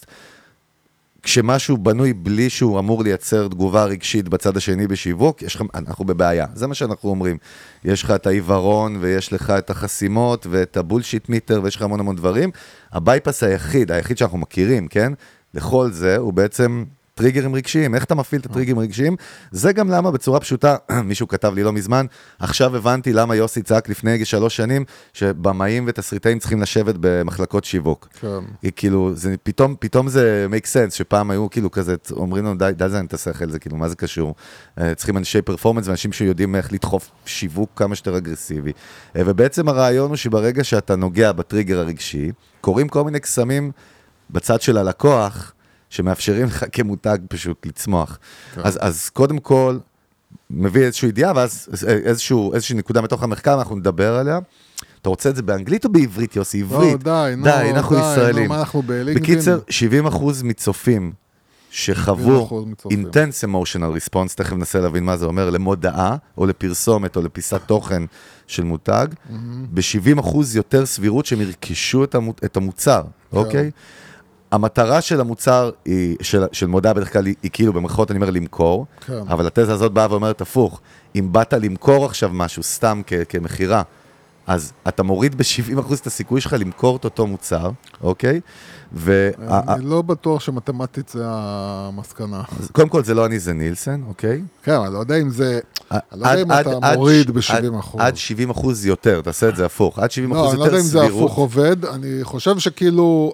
כשמשהו בנוי בלי שהוא אמור לייצר תגובה רגשית בצד השני בשיווק, אנחנו בבעיה, זה מה שאנחנו אומרים. יש לך את העיוורון, ויש לך את החסימות, ואת הבולשיט מיטר, ויש לך המון המון דברים. הבייפס היחיד שאנחנו מכירים, כן? לכל זה, הוא בעצם טריגרים רגשיים. איך אתה מפעיל את הטריגרים רגשיים? זה גם למה בצורה פשוטה, מישהו כתב לי לא מזמן, עכשיו הבנתי למה יוסי צעק לפני 3 שנים, שבמאים ותסריטאים צריכים לשבת במחלקות שיווק. כן. כאילו, פתאום זה make sense, שפעם היו כאילו כזה, אומרים לנו, די זה נתסך על זה, כאילו, מה זה קשור? צריכים אנשי פרפורמנס, ואנשים שיודעים איך לדחוף שיווק כמה שיותר אגרסיבי. ובעצם הרעיון הוא שברגע שאתה נוגע בטריגר הרגשי, קוראים כל מיני קסמים בצד של הלקוח, שמאפשרים לך כמותג פשוט לצמוח. אז קודם כל, מביא איזושהי ידיעה, ואז איזושהי נקודה מתוך המחקר, אנחנו נדבר עליה. אתה רוצה את זה באנגלית או בעברית, יוסי? עברית. די, אנחנו ישראלים. בקיצר, 70% מצופים שחוו intense emotional response, תכף ננסה להבין מה זה אומר, למודעה, או לפרסומת, או לפיסת תוכן של מותג, ב-70% יותר סבירות שהם ירכשו את המוצר, אוקיי? המטרה של המוצר, של מודעה בדרך כלל, היא כאילו במרכאות אני אומר למכור, אבל התזה הזאת באה ואומרת הפוך, אם באת למכור עכשיו משהו, סתם כמחירה, אז אתה מוריד ב-70% את הסיכוי שלך למכור את אותו מוצר, אוקיי? אני לא בטוח שמתמטית זה המסקנה. קודם כל זה לא אני, זה נילסן, אוקיי? כן, אני לא יודע אם זה... אני לא יודע אם אתה מוריד ב-70%. עד 70% יותר, תעשה את זה הפוך. עד 70% יותר סבירות. לא, אני לא יודע אם זה הפוך עובד. אני חושב שכאילו...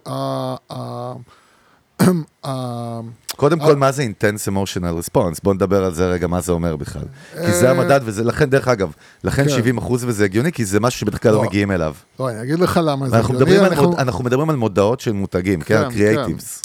קודם כל, מה זה intense emotional response? בוא נדבר על זה רגע, מה זה אומר בכלל. כי זה המדד, ולכן, דרך אגב, לכן 70% וזה הגיוני, כי זה משהו שבדרך כלל לא מגיעים אליו. לא, אני אגיד לך למה זה הגיוני. אנחנו מדברים על מודעות של מותגים, כן, הקריאייטיבס.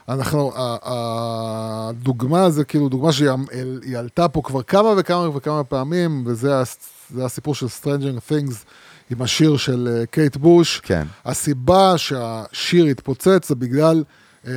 הדוגמה זה כאילו דוגמה שהיא עלתה פה כבר כמה וכמה פעמים, וזה הסיפור של Stranger Things עם השיר של קייט בוש. הסיבה שהשיר התפוצץ זה בגלל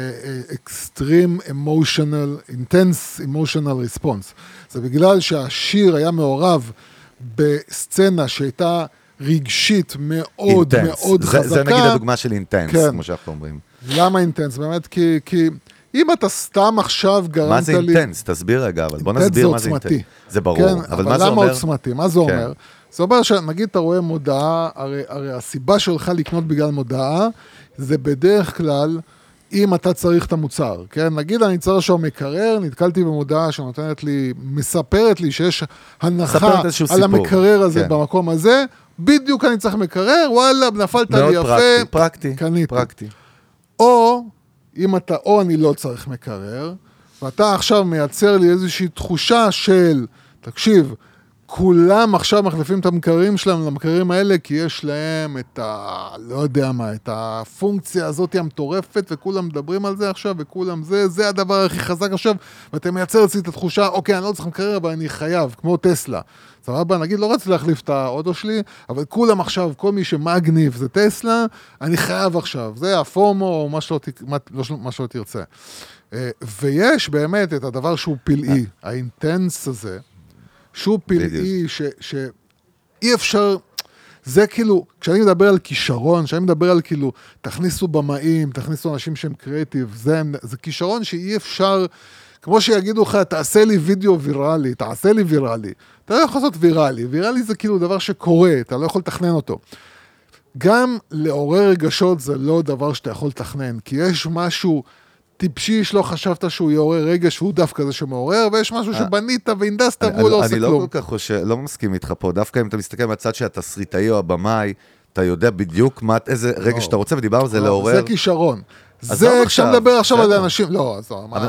extreme emotional, intense emotional response. זה בגלל שהשיר היה מעורב בסצנה שהייתה רגשית מאוד מאוד חזקה. זה נגיד הדוגמה של אינטנס, כמו שאנחנו אומרים. למה אינטנס? באמת כי אם אתה סתם עכשיו גרמת לי... מה זה אינטנס? תסביר רגע, אבל בוא נסביר מה זה אינטנס. זה ברור, אבל מה זה אומר? למה עוצמתי? מה זה אומר? זה אומר שנגיד אתה רואה מודעה, הרי הסיבה שלך לקנות בגלל מודעה, זה בדרך כלל אם אתה צריך את המוצר, כן? נגיד אני צריך שהוא מקרר, נתקלתי במודעה שנותנת לי, מספרת לי שיש הנחה על המקרר הזה במקום הזה, בדיוק אני צריך מקרר, וואלה, נפלת לי יפה, פרקטי. או אני לא צריך מקרר, ואתה עכשיו מייצר לי איזושהי תחושה של, תקשיב, כולם עכשיו מחליפים את המקררים שלהם למקררים האלה, כי יש להם את לא יודע מה, את הפונקציה הזאת המטורפת, וכולם מדברים על זה עכשיו, וכולם זה הדבר הכי חזק עכשיו, ואתה מייצר אצלי את התחושה, אוקיי, אני לא צריך מקרר, אבל אני חייב, כמו טסלה. סבבה, נגיד, לא רציתי להחליף את האוטו שלי, אבל כולם עכשיו, כל מי שמגניב זה טסלה, אני חייב עכשיו. זה הפורמו, או מה שלא תרצה. ויש באמת את הדבר שהוא פלאי, האינטנס הזה, שהוא פלאי, שאי אפשר, זה כאילו, כשאני מדבר על כישרון, כשאני מדבר על כאילו, תכניסו במאים, תכניסו אנשים שהם קריאטיב, זה כישרון שאי אפשר, כמו שיגידו לך, תעשה לי וידאו ויראלי, תעשה לי ויראלי. אתה לא יכול לעשות ויראלי, ויראלי זה כאילו דבר שקורה, אתה לא יכול לתכנן אותו. גם לעורר רגשות זה לא דבר שאתה יכול לתכנן, כי יש משהו טיפשי שלא חשבת שהוא יעורר רגש, והוא דווקא זה שמעורר, ויש משהו שבנית ואינדסת, והוא לא עושה כלום. אני לא כל כך לא מסכים איתך פה, דווקא אם אתה מסתכל מהצד שהתסריטאי או הבמאי, אתה יודע בדיוק איזה רגש שאתה רוצה, ודיבר על זה לעורר. זה כישרון. זה, כשאתה מדבר עכשיו על אנשים, לא, אז מה...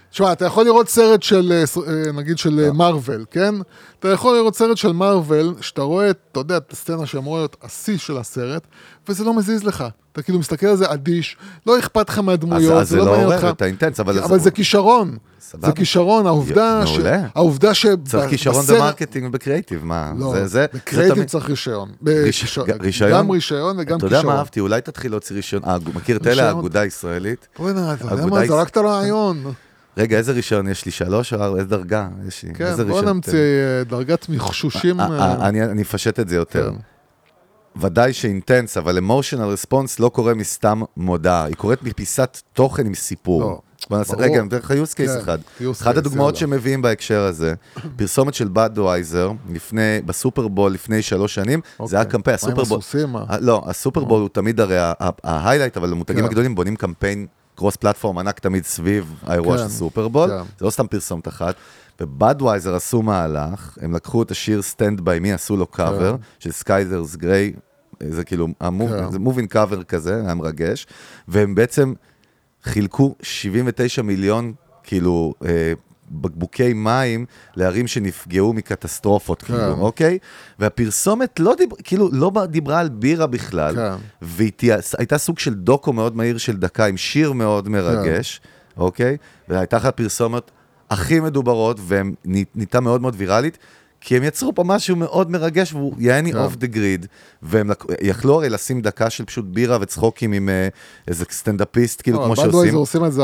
תשמע, אתה יכול לראות סרט של, נגיד של מרוול, כן? אתה יכול לראות סרט של מרוול, שאתה רואה, אתה יודע, את הסצנה שאמורה להיות השיא של הסרט, וזה לא מזיז לך. אתה כאילו מסתכל על זה אדיש, לא אכפת לך מהדמויות, זה לא עורר את האינטנס, אבל זה כישרון. זה כישרון, העובדה צריך כישרון במרקטינג ובקריאטיב, מה? לא, בקריאטיב צריך רישיון. גם רישיון וגם כישרון. אתה יודע מה אהבתי? אולי תתחיל להוציא רישיון. מכיר את אלה, האגודה הישראלית? בואי נראה, אתה יודע מה? זרקת רעיון. רגע, איזה רישיון יש לי? 3 או 4? איזה דרגה יש לי? כן, בוא נמציא דרגת מחשושים. אני אפשט את זה יותר. ודאי שאינטנס, אבל אמושיונל רספונס לא קורה מסתם מודעה. היא קורית מפיסת תוכן עם סיפור. רגע, אני אתן לך use case אחד. אחת הדוגמאות שמביאים בהקשר הזה, פרסומת של בדווייזר, בסופרבול לפני 3 שנים, זה היה קמפיין, הסופרבול. לא, הסופרבול הוא תמיד הרי ההיילייט, אבל המותגים הגדולים בונים קמפיין קרוס פלטפורם ענק תמיד סביב האירוע של סופרבול, זה לא סתם פרסומת אחת, ובדווייזר עשו מהלך, הם לקחו את השיר סטנד ביי מי, עשו לו קאבר, של סקייזרס גריי, זה כאילו, זה מובינג קאבר כזה, היה מרגש, והם בעצם חילקו 79 מיליון, כאילו, בקבוקי מים לערים שנפגעו מקטסטרופות, כאילו, אוקיי? והפרסומת לא דיברה על בירה בכלל, והייתה סוג של דוקו מאוד מהיר של דקה, עם שיר מאוד מרגש, אוקיי? והייתה אחת פרסומת הכי מדוברות, ונהייתה מאוד מאוד ויראלית, כי הם יצרו פה משהו מאוד מרגש, והוא יעני אוף דה גריד, והם יכלו הרי לשים דקה של פשוט בירה וצחוקים עם איזה סטנדאפיסט, כאילו כמו שעושים. בדווייזר עושים את זה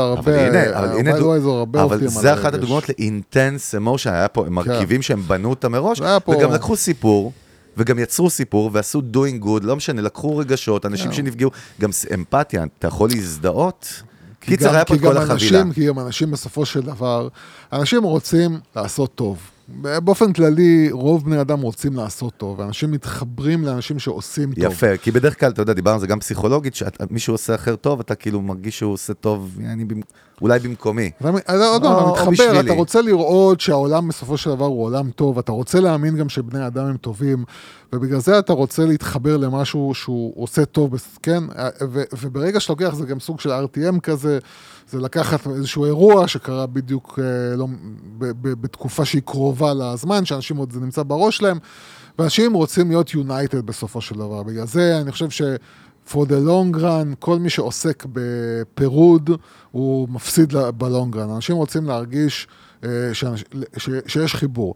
הרבה, אבל זה אחת הדוגמאות לאינטנס אמושן, היה פה מרכיבים שהם בנו אותם מראש, וגם לקחו סיפור, וגם יצרו סיפור, ועשו doing good, לא משנה, לקחו רגשות, אנשים שנפגעו, גם אמפתיה, אתה יכול להזדהות, קיצר היה פה את כל החבילה. כי גם אנשים בסופו של דבר, אנשים רוצים לעשות טוב. באופן כללי, רוב בני אדם רוצים לעשות טוב, ואנשים מתחברים לאנשים שעושים טוב. יפה, כי בדרך כלל, אתה יודע, דיברנו זה גם פסיכולוגית, שמישהו עושה אחר טוב, אתה כאילו מרגיש שהוא עושה טוב, אולי במקומי. אתה מתחבר, אתה רוצה לראות שהעולם בסופו של דבר הוא עולם טוב, אתה רוצה להאמין גם שבני אדם הם טובים, ובגלל זה אתה רוצה להתחבר למשהו שהוא עושה טוב, כן? וברגע שלוקח זה גם סוג של RTM כזה, זה לקחת איזשהו אירוע שקרה בדיוק בתקופה שהיא קרובה לזמן, שאנשים עוד זה נמצא בראש להם, ואנשים רוצים להיות united בסופו של דבר. בגלל זה אני חושב for the long run, כל מי שעוסק בפירוד, הוא מפסיד ב-long run. אנשים רוצים להרגיש שיש חיבור.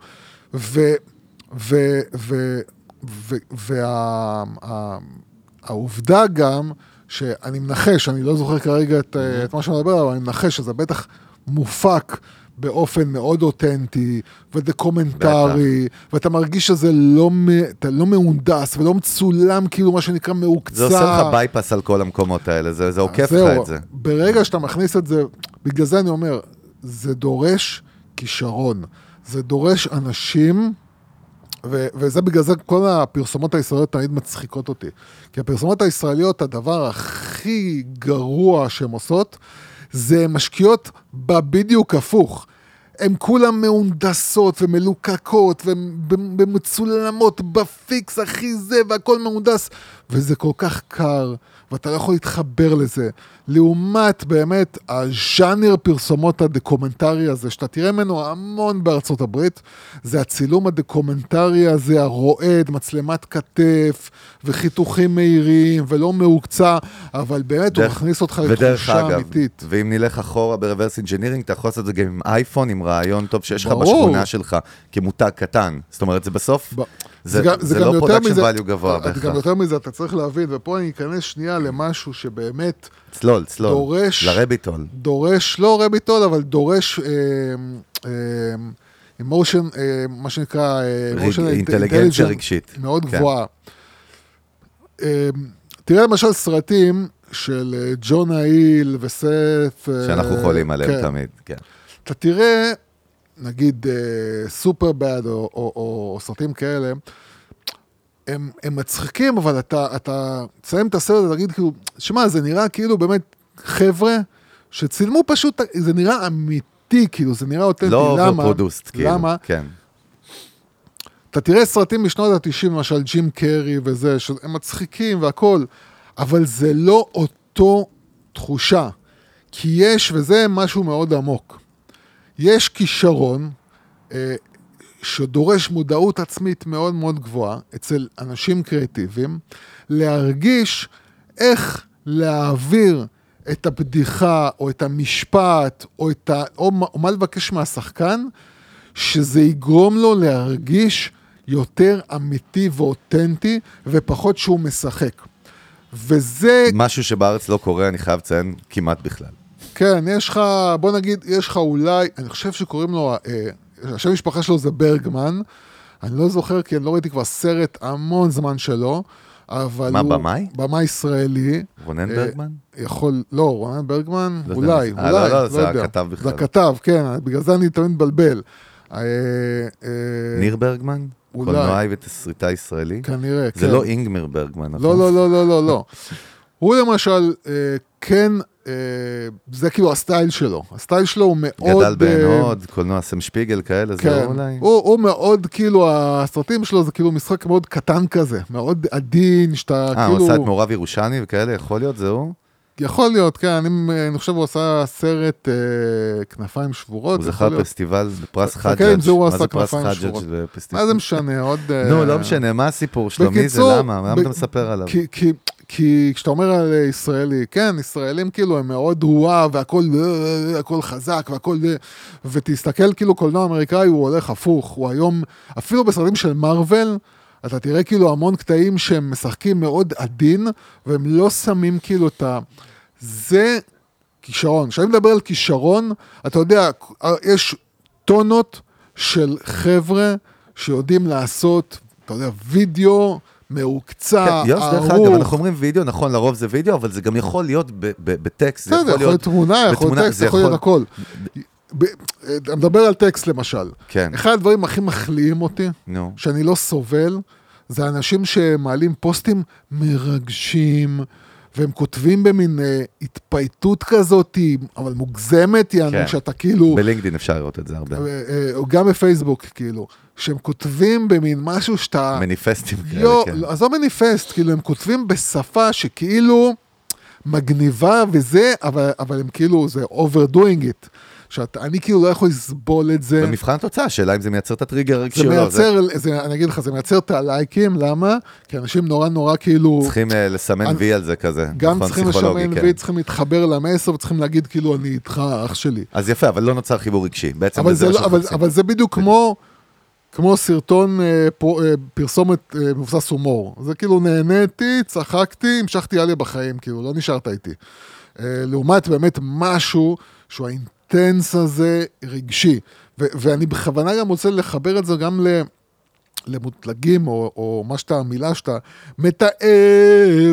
והעובדה גם, שאני מנחש, אני לא זוכר כרגע את מה שאני מדבר, אבל אני מנחש שזה בטח מופק באופן מאוד אותנטי ודקומנטרי, ואתה מרגיש שזה לא מהונדס ולא מצולם, כאילו מה שנקרא מעוקצה. זה עושה לך בייפס על כל המקומות האלה, זה עוקף לך את זה. ברגע שאתה מכניס את זה, בגלל זה אני אומר, זה דורש כישרון, זה דורש אנשים, וזה בגלל זה כל הפרסומות הישראליות תמיד מצחיקות אותי. כי הפרסומות הישראליות, הדבר הכי גרוע שהן עושות, זה משקיעות בבדיוק הפוך. הן כולן מהונדסות ומלוקקות ומצולמות בפיקס הכי זה והכל מהונדס, וזה כל כך קר, ואתה לא יכול להתחבר לזה. לעומת באמת הז'אנר פרסומות הדקומנטרי הזה, שאתה תראה ממנו המון בארצות הברית, זה הצילום הדקומנטרי הזה, הרועד, מצלמת כתף, וחיתוכים מהירים, ולא מעוקצה, אבל באמת הוא מכניס אותך לתחושה אמיתית. ואם נלך אחורה ברוורס אינג'ינירינג, אתה יכול לעשות את זה גם עם אייפון, עם רעיון טוב שיש לך בשכונה שלך, כמותג קטן. זאת אומרת, זה בסוף... זה לא פרודקשן ואליו גבוה בהכרח. גם יותר מזה, אתה צריך להבין, ופה אני אכנס שנייה למשהו שבאמת צלול, לרביטול. דורש, לא רביטול, אבל דורש אמושן, מה שנקרא, אינטליגנציה רגשית. מאוד גבוהה. תראה למשל סרטים של ג'ונה היל וסת... שאנחנו חולים עליהם תמיד, כן. אתה תראה... נגיד סופרבד או סרטים כאלה, הם מצחיקים, אבל אתה תסיים את הסרט ותגיד כאילו, שמה, זה נראה כאילו באמת חבר'ה שצילמו פשוט, זה נראה אמיתי, כאילו, זה נראה אותנטי. לא אוברפרודוסט, כאילו. למה? כן. אתה תראה סרטים משנות ה-90, למשל ג'ים קרי וזה, שהם מצחיקים והכל, אבל זה לא אותו תחושה, כי יש, וזה משהו מאוד עמוק. יש כישרון שדורש מודעות עצמית מאוד מאוד גבוהה אצל אנשים קריאטיביים, להרגיש איך להעביר את הבדיחה או את המשפט או מה לבקש מהשחקן, שזה יגרום לו להרגיש יותר אמיתי ואותנטי ופחות שהוא משחק. וזה... משהו שבארץ לא קורה, אני חייב לציין כמעט בכלל. כן, יש לך, בוא נגיד, יש לך אולי, אני חושב שקוראים לו, השם משפחה שלו זה ברגמן, אני לא זוכר כי אני לא ראיתי כבר סרט המון זמן שלו, אבל מה, הוא... במאי? במאי ישראלי. רונן ברגמן? יכול, לא, רונן ברגמן, לא אולי, לא, זה הכתב בכלל. זה הכתב, כן, בגלל זה אני תמיד מבלבל. ניר ברגמן? אולי. קולנועי ותסריטאי ישראלי? כנראה, כן. זה לא אינגמר ברגמן, נכון? לא, לא, לא, לא, לא, לא. הוא למשל, כן, זה כאילו הסטייל שלו. הסטייל שלו הוא מאוד... גדל בעינות, קולנוע סם שפיגל כאלה, זה כן, אולי? הוא מאוד, כאילו, הסרטים שלו זה כאילו משחק מאוד קטן כזה, מאוד עדין, שאתה כאילו... הוא עשה את מעורב ירושני וכאלה, יכול להיות, זהו? יכול להיות, כן, אני חושב הוא עשה סרט כנפיים שבורות. הוא זכה פסטיבל בפרס חג'ג'. כן, זה הוא מה עשה זה פרס כנפיים חג'ג' שבורות. בפסטיבל? מה זה משנה, עוד... נו, לא משנה, מה הסיפור שלו? מי זה? למה? למה אתה מספר עליו? כי כשאתה אומר על ישראלי, כן, ישראלים כאילו הם מאוד הואה והכל חזק והכל... ותסתכל כאילו קולנוע אמריקאי הוא הולך הפוך, הוא היום, אפילו בסרטים של מרוול, אתה תראה כאילו המון קטעים שהם משחקים מאוד עדין, והם לא שמים כאילו את ה... זה כישרון. כשאני מדבר על כישרון, אתה יודע, יש טונות של חבר'ה שיודעים לעשות, אתה יודע, וידאו מעוקצה, יוס, דרך אגב, אנחנו אומרים וידאו, נכון, לרוב זה וידאו, אבל זה גם יכול להיות בטקסט, זה יכול להיות תמונה, יכול להיות טקסט, זה יכול להיות הכל. אני מדבר על טקסט למשל. כן. אחד הדברים הכי מחליאים אותי, שאני לא סובל, זה אנשים שמעלים פוסטים מרגשים, והם כותבים במין התפייטות כזאת, אבל מוגזמת, יעני, שאתה כאילו... בלינקדין אפשר לראות את זה הרבה. גם בפייסבוק, כאילו, שהם כותבים במין משהו שאתה... מניפסטים כאלה, כן. אז לא מניפסט, כאילו, הם כותבים בשפה שכאילו מגניבה וזה, אבל הם כאילו, זה overdoing it. שאני כאילו לא יכול לסבול את זה. במבחן התוצאה, השאלה אם זה מייצר את הטריגר הרגשי או לא. אני אגיד לך, זה מייצר את הלייקים, למה? כי אנשים נורא כאילו... צריכים לסמן וי על זה כזה. גם צריכים לסמן וי, צריכים להתחבר למסר, וצריכים להגיד כאילו, אני איתך, אח שלי. אז יפה, אבל לא נוצר חיבור רגשי. אבל זה בדיוק כמו סרטון פרסומת מבוסס הומור. זה כאילו נהניתי, צחקתי, המשכתי הלאה בחיים, כאילו, לא נשארת איתי. לעומת באמת משהו שהוא האינטנס הזה רגשי. ואני בכוונה גם רוצה לחבר את זה גם למותלגים, או מה שאתה, המילה שאתה מתאהב,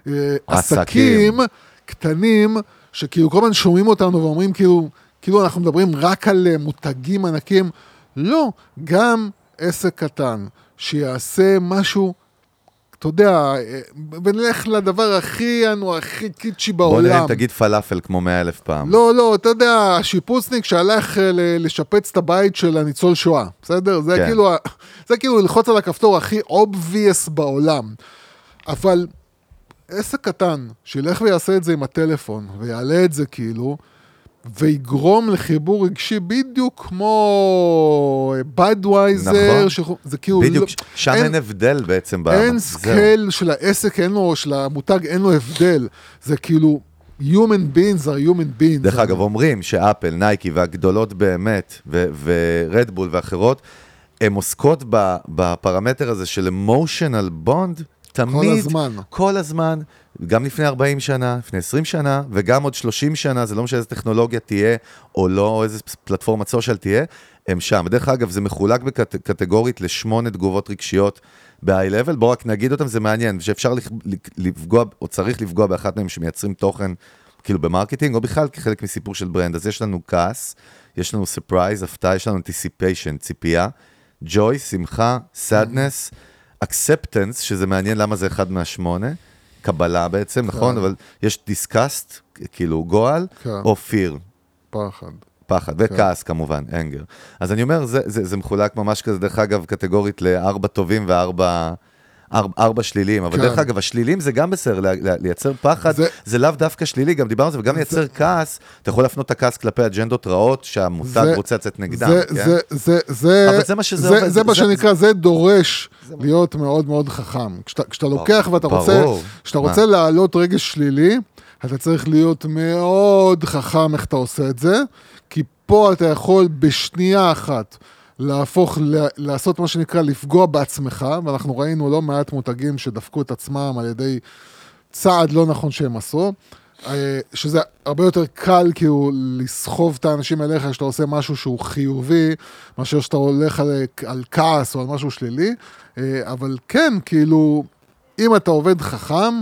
עסקים קטנים, שכאילו כל הזמן שומעים אותנו ואומרים כאילו אנחנו מדברים רק על מותגים ענקים. לא, גם עסק קטן, שיעשה משהו, אתה יודע, ונלך לדבר הכי קיצ'י בעולם. בוא נראה, תגיד פלאפל כמו 100,000 פעם. לא, אתה יודע, השיפוצניק שהלך לשפץ את הבית של הניצול שואה, בסדר? זה כאילו ללחוץ על הכפתור הכי obvious בעולם. אבל עסק קטן, שילך ויעשה את זה עם הטלפון, ויעלה את זה כאילו, ויגרום לחיבור רגשי בדיוק כמו בדווייזר, זה כאילו... בדיוק, שם אין הבדל בעצם. אין סקייל של העסק, של המותג, אין לו הבדל. זה כאילו, human beings are human beings. דרך אגב, אומרים שאפל, נייקי והגדולות באמת, ורדבול ואחרות, הן עוסקות בפרמטר הזה של emotional bond, תמיד, כל הזמן, גם לפני 40 שנה, לפני 20 שנה, וגם עוד 30 שנה, זה לא משנה איזה טכנולוגיה תהיה, או לא, או איזה פלטפורמת סושיאל תהיה, הם שם. דרך אגב, זה מחולק בקטגורית ל8 תגובות רגשיות ב-high level, בואו רק נגיד אותם, זה מעניין, שאפשר לפגוע, או צריך לפגוע באחת מהם שמייצרים תוכן, כאילו במרקטינג, או בכלל כחלק מסיפור של ברנד. אז יש לנו כעס, יש לנו surprise, הפתעה, יש לנו anticipation, ציפייה, joy, שמחה, sadness, acceptance, שזה מעניין למה זה אחד מה8, קבלה בעצם, נכון? אבל יש disgust, כאילו גועל, או fear. פחד, וכעס כמובן, anger. אז אני אומר, זה מחולק ממש כזה, דרך אגב, קטגורית ל4 טובים ו4 4 שליליים, אבל כן. דרך אגב, השליליים זה גם בסדר, לייצר פחד, זה לאו דווקא שלילי, גם דיברנו על זה, וגם לייצר כעס, אתה יכול להפנות את הכעס כלפי אג'נדות רעות, שהמותג רוצה לצאת נגדם, כן? אבל זה מה שזה עובד. זה מה שנקרא, זה דורש להיות מאוד מאוד חכם. כשאתה לוקח ואתה רוצה להעלות רגש שלילי, אתה צריך להיות מאוד חכם איך אתה עושה את זה, כי פה אתה יכול בשנייה אחת לעשות מה שנקרא לפגוע בעצמך, ואנחנו ראינו לא מעט מותגים שדפקו את עצמם על ידי צעד לא נכון שהם עשו, שזה הרבה יותר קל כאילו לסחוב את האנשים אליך כשאתה עושה משהו שהוא חיובי, מאשר שאתה הולך על כעס או על משהו שלילי, אבל כן, כאילו, אם אתה עובד חכם,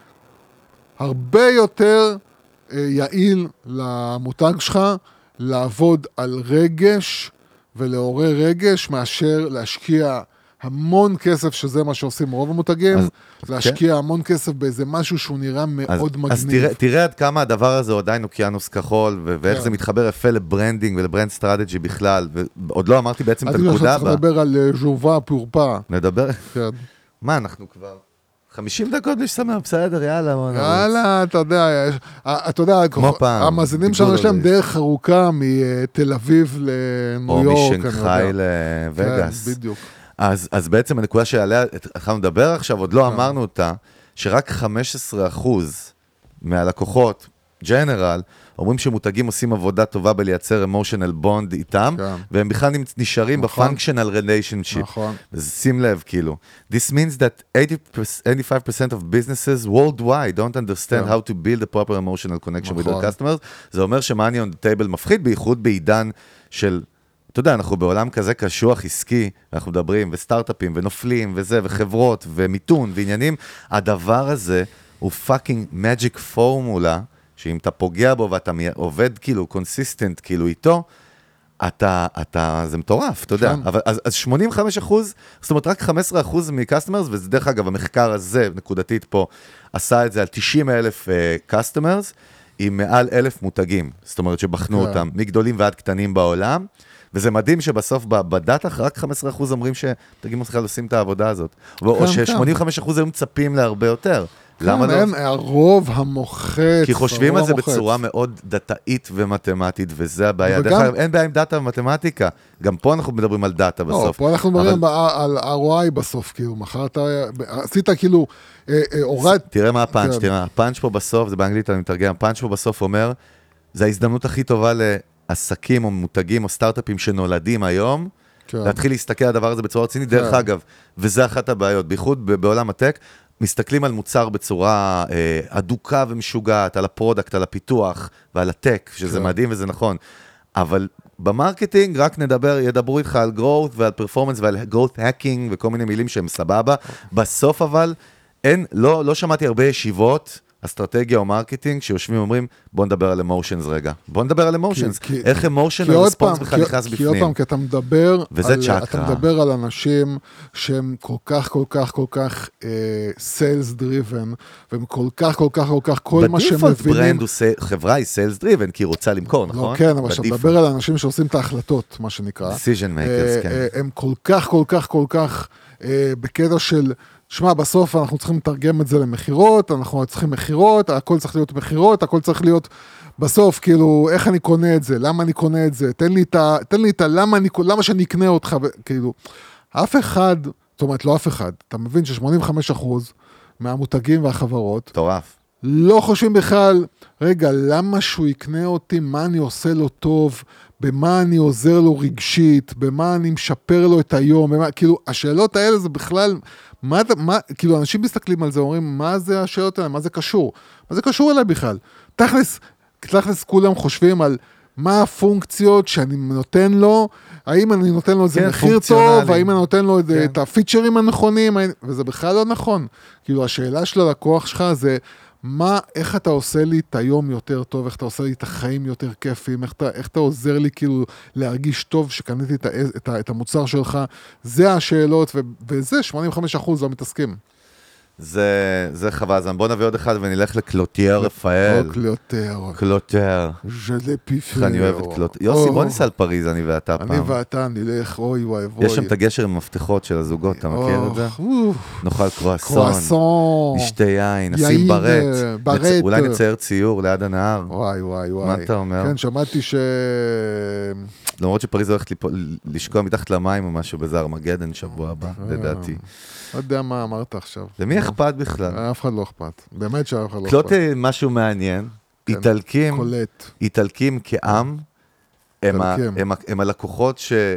הרבה יותר יעיל למותג שלך לעבוד על רגש ולעורר רגש, מאשר להשקיע המון כסף, שזה מה שעושים רוב המותגים, להשקיע המון כסף באיזה משהו שהוא נראה מאוד מגניב. אז תראה עד כמה הדבר הזה הוא עדיין אוקיינוס כחול, ואיך זה מתחבר יפה לברנדינג ולברנד סטרטג'י בכלל, ועוד לא אמרתי בעצם את הנקודה הבאה. צריך לדבר על ז'ובה פורפה. נדבר? מה, אנחנו כבר 50 דקות לשמח, בסדר, יאללה. יאללה, אתה יודע, המאזינים שלנו יש להם דרך ארוכה מתל אביב לניו יורק. או משנגחאי לווגאס. כן, בדיוק. אז בעצם הנקודה שעליה התחלנו לדבר עכשיו, עוד לא אמרנו אותה, שרק 15% מהלקוחות, ג'נרל, אומרים שמותגים עושים עבודה טובה בלייצר אמושיונל בונד איתם, והם בכלל נשארים בפונקשיונל ריליישנשיפ. שים לב, כאילו. This means that 85% of businesses worldwide don't understand how to build a proper emotional connection with their customers. זה אומר ש-money on the table מפחיד, בייחוד בעידן של... אתה יודע, אנחנו בעולם כזה קשוח עסקי, אנחנו מדברים, וסטארט-אפים, ונופלים, וזה, וחברות, ומיתון, ועניינים. הדבר הזה הוא פאקינג מג'יק פורמולה, שאם אתה פוגע בו, ואתה עובד כאילו, קונסיסטנט כאילו איתו, זה מטורף, אתה יודע. אז 85%, זאת אומרת, רק 15% מקסטומרס, וזה דרך אגב, המחקר הזה, נקודתית פה, עשה את זה על 90,000 קסטומרס, עם מעל 1,000 מותגים. זאת אומרת, שבחנו אותם, מגדולים ועד קטנים בעולם, וזה מדהים שבסוף בדאטה רק 15% אומרים שמותגים בכלל עושים את העבודה הזאת. או ש-85% היו מצפים להרבה יותר. למה לא? הרוב המוחץ. כי חושבים על זה בצורה מאוד דאטאית ומתמטית, וזה הבעיה. אין בעיה עם דאטה ומתמטיקה. גם פה אנחנו מדברים על דאטה בסוף. פה אנחנו מדברים על ROI בסוף, כאילו, מחר אתה עשית כאילו, הורד... תראה מה הפאנץ', תראה, הפאנץ' פה בסוף, זה באנגלית אני מתרגם, הפאנץ' פה בסוף אומר, זה ההזדמנות הכי טובה לעסקים או מותגים או סטארט-אפים שנולדים היום, להתחיל להסתכל על הדבר הזה בצורה רצינית, דרך אגב, וזה אחת הבעיות, בייחוד בעולם הטק, מסתכלים על מוצר בצורה אדוקה ומשוגעת, על הפרודקט, על הפיתוח ועל הטק, שזה מדהים וזה נכון. אבל במרקטינג רק ידברו איתך על growth ועל performance ועל growth hacking וכל מיני מילים שהם סבבה. בסוף אבל, לא שמעתי הרבה ישיבות, אסטרטגיה או מרקטינג, שיושבים ואומרים, בוא נדבר על אמושנס רגע. בוא נדבר על אמושנס. איך אמושנל רספונס בכלל נכנס בפנים. כי עוד פעם, כי אתה מדבר על אנשים שהם כל כך sales driven, והם כל כך, כל מה שהם מבינים... בדיפולט ברנד חברה היא sales driven, כי היא רוצה למכור, נכון? לא, כן, אבל שאתה מדבר על אנשים שעושים את ההחלטות, מה שנקרא. decision makers, כן. הם כל כך בקטע של... שמע, בסוף אנחנו צריכים לתרגם את זה למחירות, אנחנו צריכים מחירות, הכל צריך להיות מחירות, הכל צריך להיות בסוף, כאילו, איך אני קונה את זה, למה אני קונה את זה, תן לי את למה שאני אקנה אותך, כאילו, אף אחד, זאת אומרת, לא אף אחד, אתה מבין ש85% מהמותגים והחברות, טורף. לא חושבים בכלל, רגע, למה שהוא יקנה אותי, מה אני עושה לו טוב, במה אני עוזר לו רגשית, במה אני משפר לו את היום, כאילו, השאלות האלה זה בכלל, כאילו, אנשים מסתכלים על זה, אומרים, מה זה השאלות האלה, מה זה קשור? מה זה קשור אליי בכלל? תכלס כולם חושבים על מה הפונקציות שאני נותן לו, האם אני נותן לו איזה מחיר טוב, האם אני נותן לו את הפיצ'רים הנכונים, וזה בכלל לא נכון. כאילו, השאלה של הלקוח שלך זה, איך אתה עושה לי את היום יותר טוב, איך אתה עושה לי את החיים יותר כיפים, איך אתה עוזר לי כאילו להרגיש טוב שקניתי את המוצר שלך, זה השאלות, וזה 85% לא מתעסקים. זה חבל, אז בוא נביא עוד אחד ונלך לקלוטייר רפאל. קלוטייר. אני אוהב את קלוטייר. יוסי, בוא ניסע על פריז, אני ואתה פעם. אני ואתה נלך, אוי וואי וואי. יש שם את הגשר עם מפתחות של הזוגות, אתה מכיר את זה? נאכל קרואסון, נשתה יין, נשים ברט. אולי נצייר ציור ליד הנהר. וואי וואי וואי. מה אתה אומר? כן, שמעתי למרות שפריז הולכת לשקוע מתחת למים או משהו בזה, ארמגדן שבוע הבא, לדעתי. לא יודע מה אמרת עכשיו. למי אכפת בכלל? אף אחד לא אכפת. באמת שאף אחד לא אכפת. קלוטי משהו מעניין. איטלקים כעם, הם הלקוחות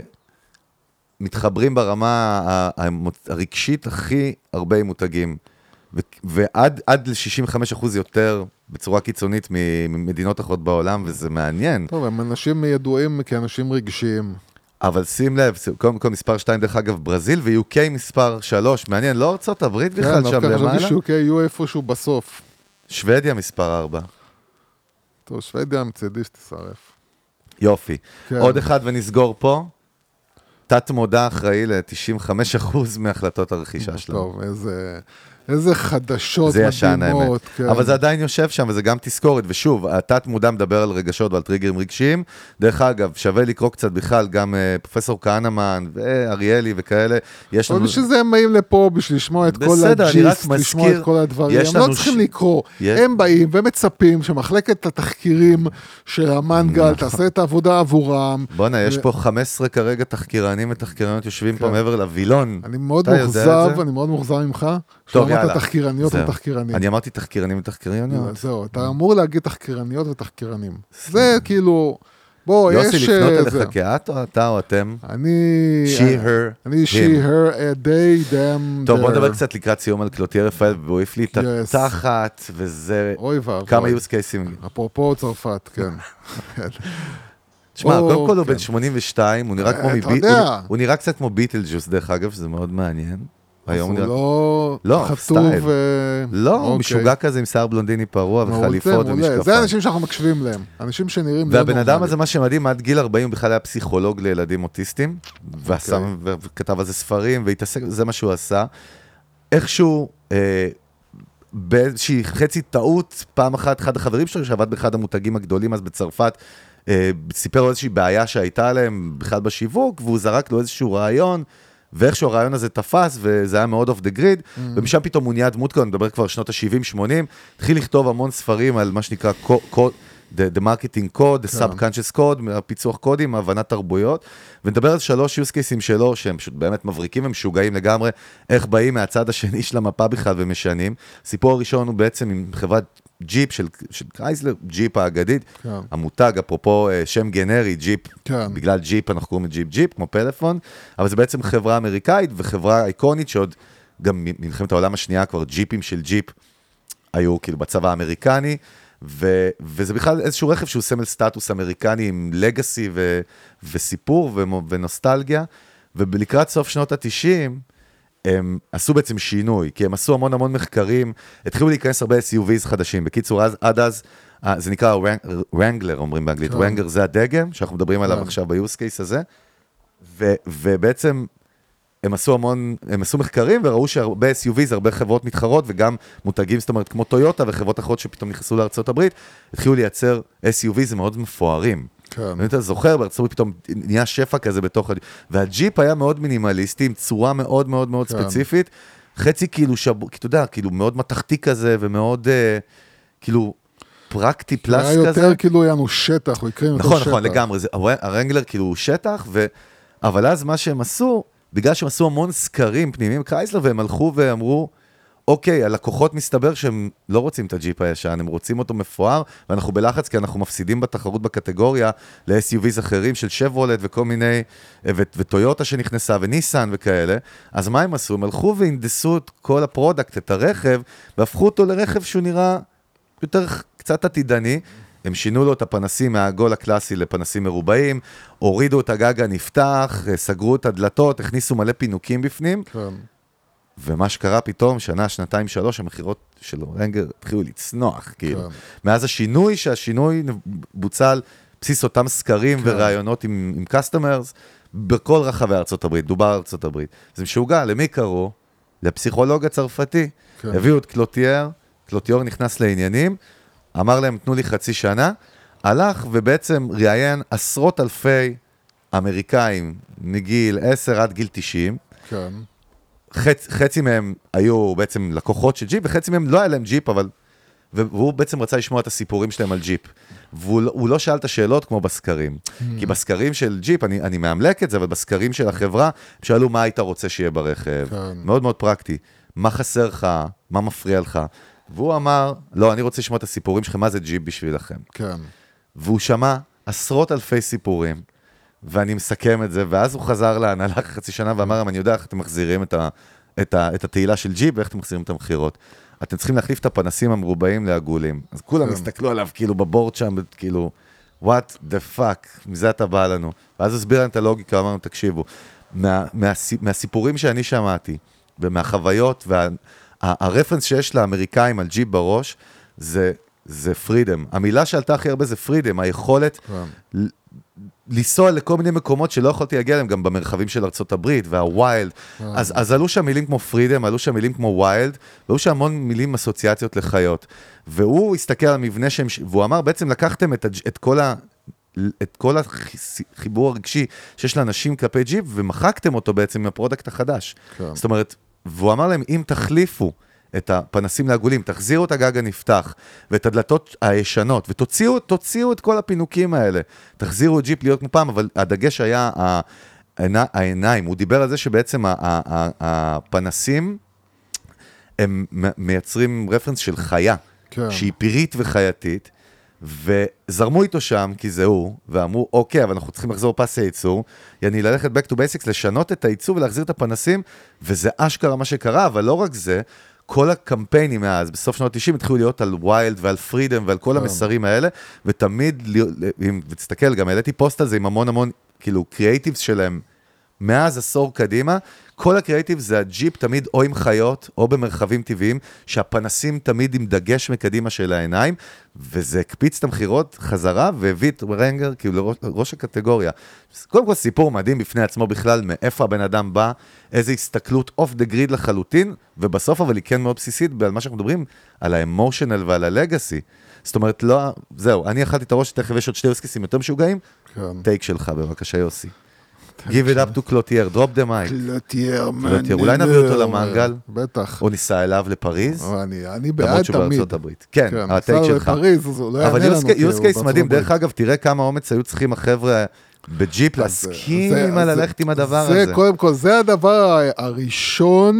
שמתחברים ברמה הרגשית הכי הרבה עם מותגים. ועד ל-65% יותר בצורה קיצונית ממדינות אחרות בעולם, וזה מעניין. טוב, הם אנשים ידועים כאנשים רגשיים. אבל שים לב, קודם כל מספר 2 דרך אגב ברזיל, ו-UK מספר 3, מעניין, לא ארצות הברית בכלל שם למעלה? כן, חשבתי ש-UK יהיו איפשהו בסוף. שוודיה מספר 4. טוב, שוודיה מצדי שתשרף. יופי. עוד אחד ונסגור פה. תת מודע אחראי ל-95% מהחלטות הרכישה שלנו. טוב, איזה חדשות מדהימות. כן. אבל זה עדיין יושב שם, וזה גם תזכורת. ושוב, התת מודע מדבר על רגשות ועל טריגרים רגשיים. דרך אגב, שווה לקרוא קצת בכלל, גם פרופסור כהנמן ואריאלי וכאלה. אבל בשביל זה הם באים לפה, בשביל לשמוע את כל הג'יסט, לשמוע את כל הדברים. הם לא צריכים לקרוא. הם באים ומצפים שמחלקת התחקירים של המנגל תעשה את העבודה עבורם. בונה, יש פה 15 כרגע תחקירנים ותחקירניות יושבים פה מעבר לווילון. אני מאוד מאוכזב ממך. אמרת תחקירניות ותחקירנים. אני אמרתי תחקירנים ותחקירניות. זהו, אתה אמור להגיד תחקירניות ותחקירנים. זה כאילו, בוא, יש... יוסי, לפנות אליך כאת או אתה או אתם? she, her, she, her, they, them, טוב, בוא נדבר קצת לקראת סיום על קלוטייר רפאל, והוא העיף לי את התחת, וזה... כמה use cases. אפרופו צרפת, כן. תשמע, קודם כל הוא בן 82, הוא נראה קצת כמו ביטלג'וס, דרך אגב, שזה מאוד מעניין. הוא לא חטוב... לא, הוא משוגע כזה עם שיער בלונדיני פרוע וחליפות ומשקפיים. זה האנשים שאנחנו מקשיבים להם, אנשים שנראים... והבן אדם הזה, מה שמדהים, עד גיל 40 הוא בכלל היה פסיכולוג לילדים אוטיסטים, וכתב על זה ספרים, והתעסק, זה מה שהוא עשה. איכשהו, באיזושהי חצי טעות, פעם אחת, אחד החברים שלו, שעבד באחד המותגים הגדולים אז בצרפת, סיפר לו איזושהי בעיה שהייתה להם בכלל בשיווק, והוא זרק לו איזשהו רעיון, ואיכשהו הרעיון הזה תפס, וזה היה מאוד אוף דה גריד, ומשם פתאום הוא נהיה דמות כאן, נדבר כבר שנות ה-70-80, התחיל לכתוב המון ספרים על מה שנקרא the marketing code, the subconscious code, הפיצוח קודים, הבנת תרבויות, ונדבר על 3 use cases שלו, שהם פשוט באמת מבריקים ומשוגעים לגמרי, איך באים מהצד השני של המפה בכלל ומשנים. הסיפור הראשון הוא בעצם עם חברת ג'יפ של קרייסלר, ג'יפ האגדית, המותג, אפרופו שם גנרי, ג'יפ, בגלל ג'יפ אנחנו קוראים את ג'יפ, כמו פלאפון, אבל זה בעצם חברה אמריקאית וחברה איקונית שעוד גם מלחמת העולם השנייה כבר ג'יפים של ג'יפ היו כאילו בצבא האמריקני, וזה בכלל איזשהו רכב שהוא סמל סטטוס אמריקני עם לגאסי וסיפור ונוסטלגיה, ולקראת סוף שנות ה-90 הם עשו בעצם שינוי, כי הם עשו המון מחקרים, התחילו להיכנס הרבה SUVs חדשים, בקיצור עד אז, זה נקרא רנגלר, אומרים באנגלית, רנגלר זה הדגם, שאנחנו מדברים עליו עכשיו ב-use case הזה, ובעצם הם עשו מחקרים וראו שהרבה SUVs, הרבה חברות מתחרות וגם מותגים, זאת אומרת, כמו טויוטה וחברות אחרות שפתאום נכנסו לארצות הברית, התחילו לייצר SUVs, זה מאוד מפוארים. אני זוכר, בארצות הברית פתאום נהיה שפע כזה בתוך, והג'יפ היה מאוד מינימליסטי, עם צורה מאוד מאוד מאוד ספציפית, חצי כאילו, אתה יודע, כאילו מאוד מתחתי כזה, ומאוד כאילו פרקטי פלס כזה. היה יותר כאילו היה לנו שטח, הוא יקרים יותר שטח. נכון, לגמרי, הרנגלר כאילו הוא שטח, אבל אז מה שהם עשו, בגלל שהם עשו המון סקרים פנימיים קרייסלר, והם הלכו ואמרו, אוקיי, הלקוחות מסתבר שהם לא רוצים את הג'יפ הישן, הם רוצים אותו מפואר, ואנחנו בלחץ כי אנחנו מפסידים בתחרות בקטגוריה ל-SUVs אחרים של שברולט וכל מיני, וטויוטה שנכנסה וניסן וכאלה. אז מה הם עשו? הם הלכו והנדסו את כל הפרודקט, את הרכב, והפכו אותו לרכב שהוא נראה יותר קצת עתידני. הם שינו לו את הפנסים מהעגול הקלאסי לפנסים מרובעים, הורידו את הגג הנפתח, סגרו את הדלתות, הכניסו מלא פינוקים בפנים. כן. ומה שקרה פתאום, שנה, שנתיים, 3, המחירות של רנגלר התחילו לצנוח, כאילו. מאז שהשינוי בוצע על בסיס אותם סקרים ורעיונות עם customers, בכל רחבי ארצות הברית, דובר ארצות הברית. זה משוגע, למי קראו? לפסיכולוג הצרפתי, הביאו את קלוטייר, קלוטייר נכנס לעניינים, אמר להם, תנו לי חצי שנה, הלך ובעצם ראיין עשרות אלפי אמריקאים מגיל 10 עד גיל 90, כן. חצי מהם היו בעצם לקוחות של ג'יפ, וחצי מהם לא היה להם ג'יפ, והוא בעצם רצה לשמוע את הסיפורים שלהם על ג'יפ. והוא לא שאל את השאלות כמו בסקרים. כי בסקרים של ג'יפ, אני מאמלק את זה, אבל בסקרים של החברה, הם שאלו מה היית רוצה שיהיה ברכב. מאוד מאוד פרקטי. מה חסר לך? מה מפריע לך? והוא אמר, לא, אני רוצה לשמוע את הסיפורים שלכם, מה זה ג'יפ בשבילכם? כן. והוא שמע עשרות אלפי סיפורים, ואני מסכם את זה, ואז הוא חזר להנהלה חצי שנה, ואמר, אני יודע איך אתם מחזירים את התהילה של ג'יפ, ואיך אתם מחזירים את המחירות. אתם צריכים להחליף את הפנסים המרובעים לעגולים. אז כולם הסתכלו עליו, כאילו, בבורד שם, כאילו, what the fuck, מזה אתה בא לנו. ואז הוא הסביר לנו את הלוגיקה, אמרנו, תקשיבו, מהסיפורים שאני שמעתי, ומהחוויות, והרפרנס שיש לאמריקאים על ג'יפ בראש, זה פרידם. המילה שעלתה הכי הרבה זה פרידם, היכולת לנסוע לכל מיני מקומות שלא יכולתי להגיע להם, גם במרחבים של ארצות הברית, והוויילד. אז עלו שם מילים כמו פרידם, עלו שם מילים כמו וויילד, והיו שם המון מילים אסוציאציות לחיות. והוא הסתכל על המבנה שהם, והוא אמר, בעצם לקחתם את כל החיבור הרגשי שיש לאנשים כלפי ג'יפ, ומחקתם אותו בעצם מהפרודקט החדש. זאת אומרת, והוא אמר להם, אם תחליפו את הפנסים לעגולים, תחזירו את הגג הנפתח, ואת הדלתות הישנות, ותוציאו את כל הפינוקים האלה. תחזירו את ג'יפ להיות כמו פעם, אבל הדגש היה העיניים. הוא דיבר על זה שבעצם הפנסים, הם מייצרים רפרנס של חיה, שהיא פירית וחייתית, וזרמו איתו שם, כי זה הוא, ואמרו, אוקיי, אבל אנחנו צריכים לחזור פס הייצור, יעני ללכת back to basics, לשנות את הייצור ולהחזיר את הפנסים, וזה אשכרה מה שקרה, אבל לא רק זה, כל הקמפיינים מאז, בסוף שנות 90, התחילו להיות על וויילד ועל פרידם ועל כל המסרים האלה, ותמיד, אם תסתכל, גם העליתי פוסט על זה עם המון, כאילו, קריאייטיבס שלהם, מאז עשור קדימה, כל הקריאייטיב זה הג'יפ תמיד או עם חיות, או במרחבים טבעיים, שהפנסים תמיד עם דגש מקדימה של העיניים, וזה הקפיץ את המחירות חזרה, והביא את רנגלר כאילו לראש הקטגוריה. קודם כל סיפור מדהים בפני עצמו בכלל, מאיפה הבן אדם בא, איזו הסתכלות אוף דה גריד לחלוטין, ובסוף אבל היא כן מאוד בסיסית, על מה שאנחנו מדברים, על האמושיונל ועל הלגאסי. זאת אומרת, לא, זהו, אני אכלתי את הראש, תכף יש עוד שתי וסקיסים יותר משוגעים, טייק שלך, בבקשה יוסי. Give it up to קלוטייר, drop the mic. קלוטייר, אולי נביא אותו למנגל? בטח. או ניסע אליו לפריז? אני בעד תמיד. כן, הטייק שלך. אבל יוס קייס מדהים, דרך אגב, תראה כמה אומץ היו צריכים החבר'ה בג'יפ להסכים עם ללכת עם הדבר הזה. קודם כל, זה הדבר הראשון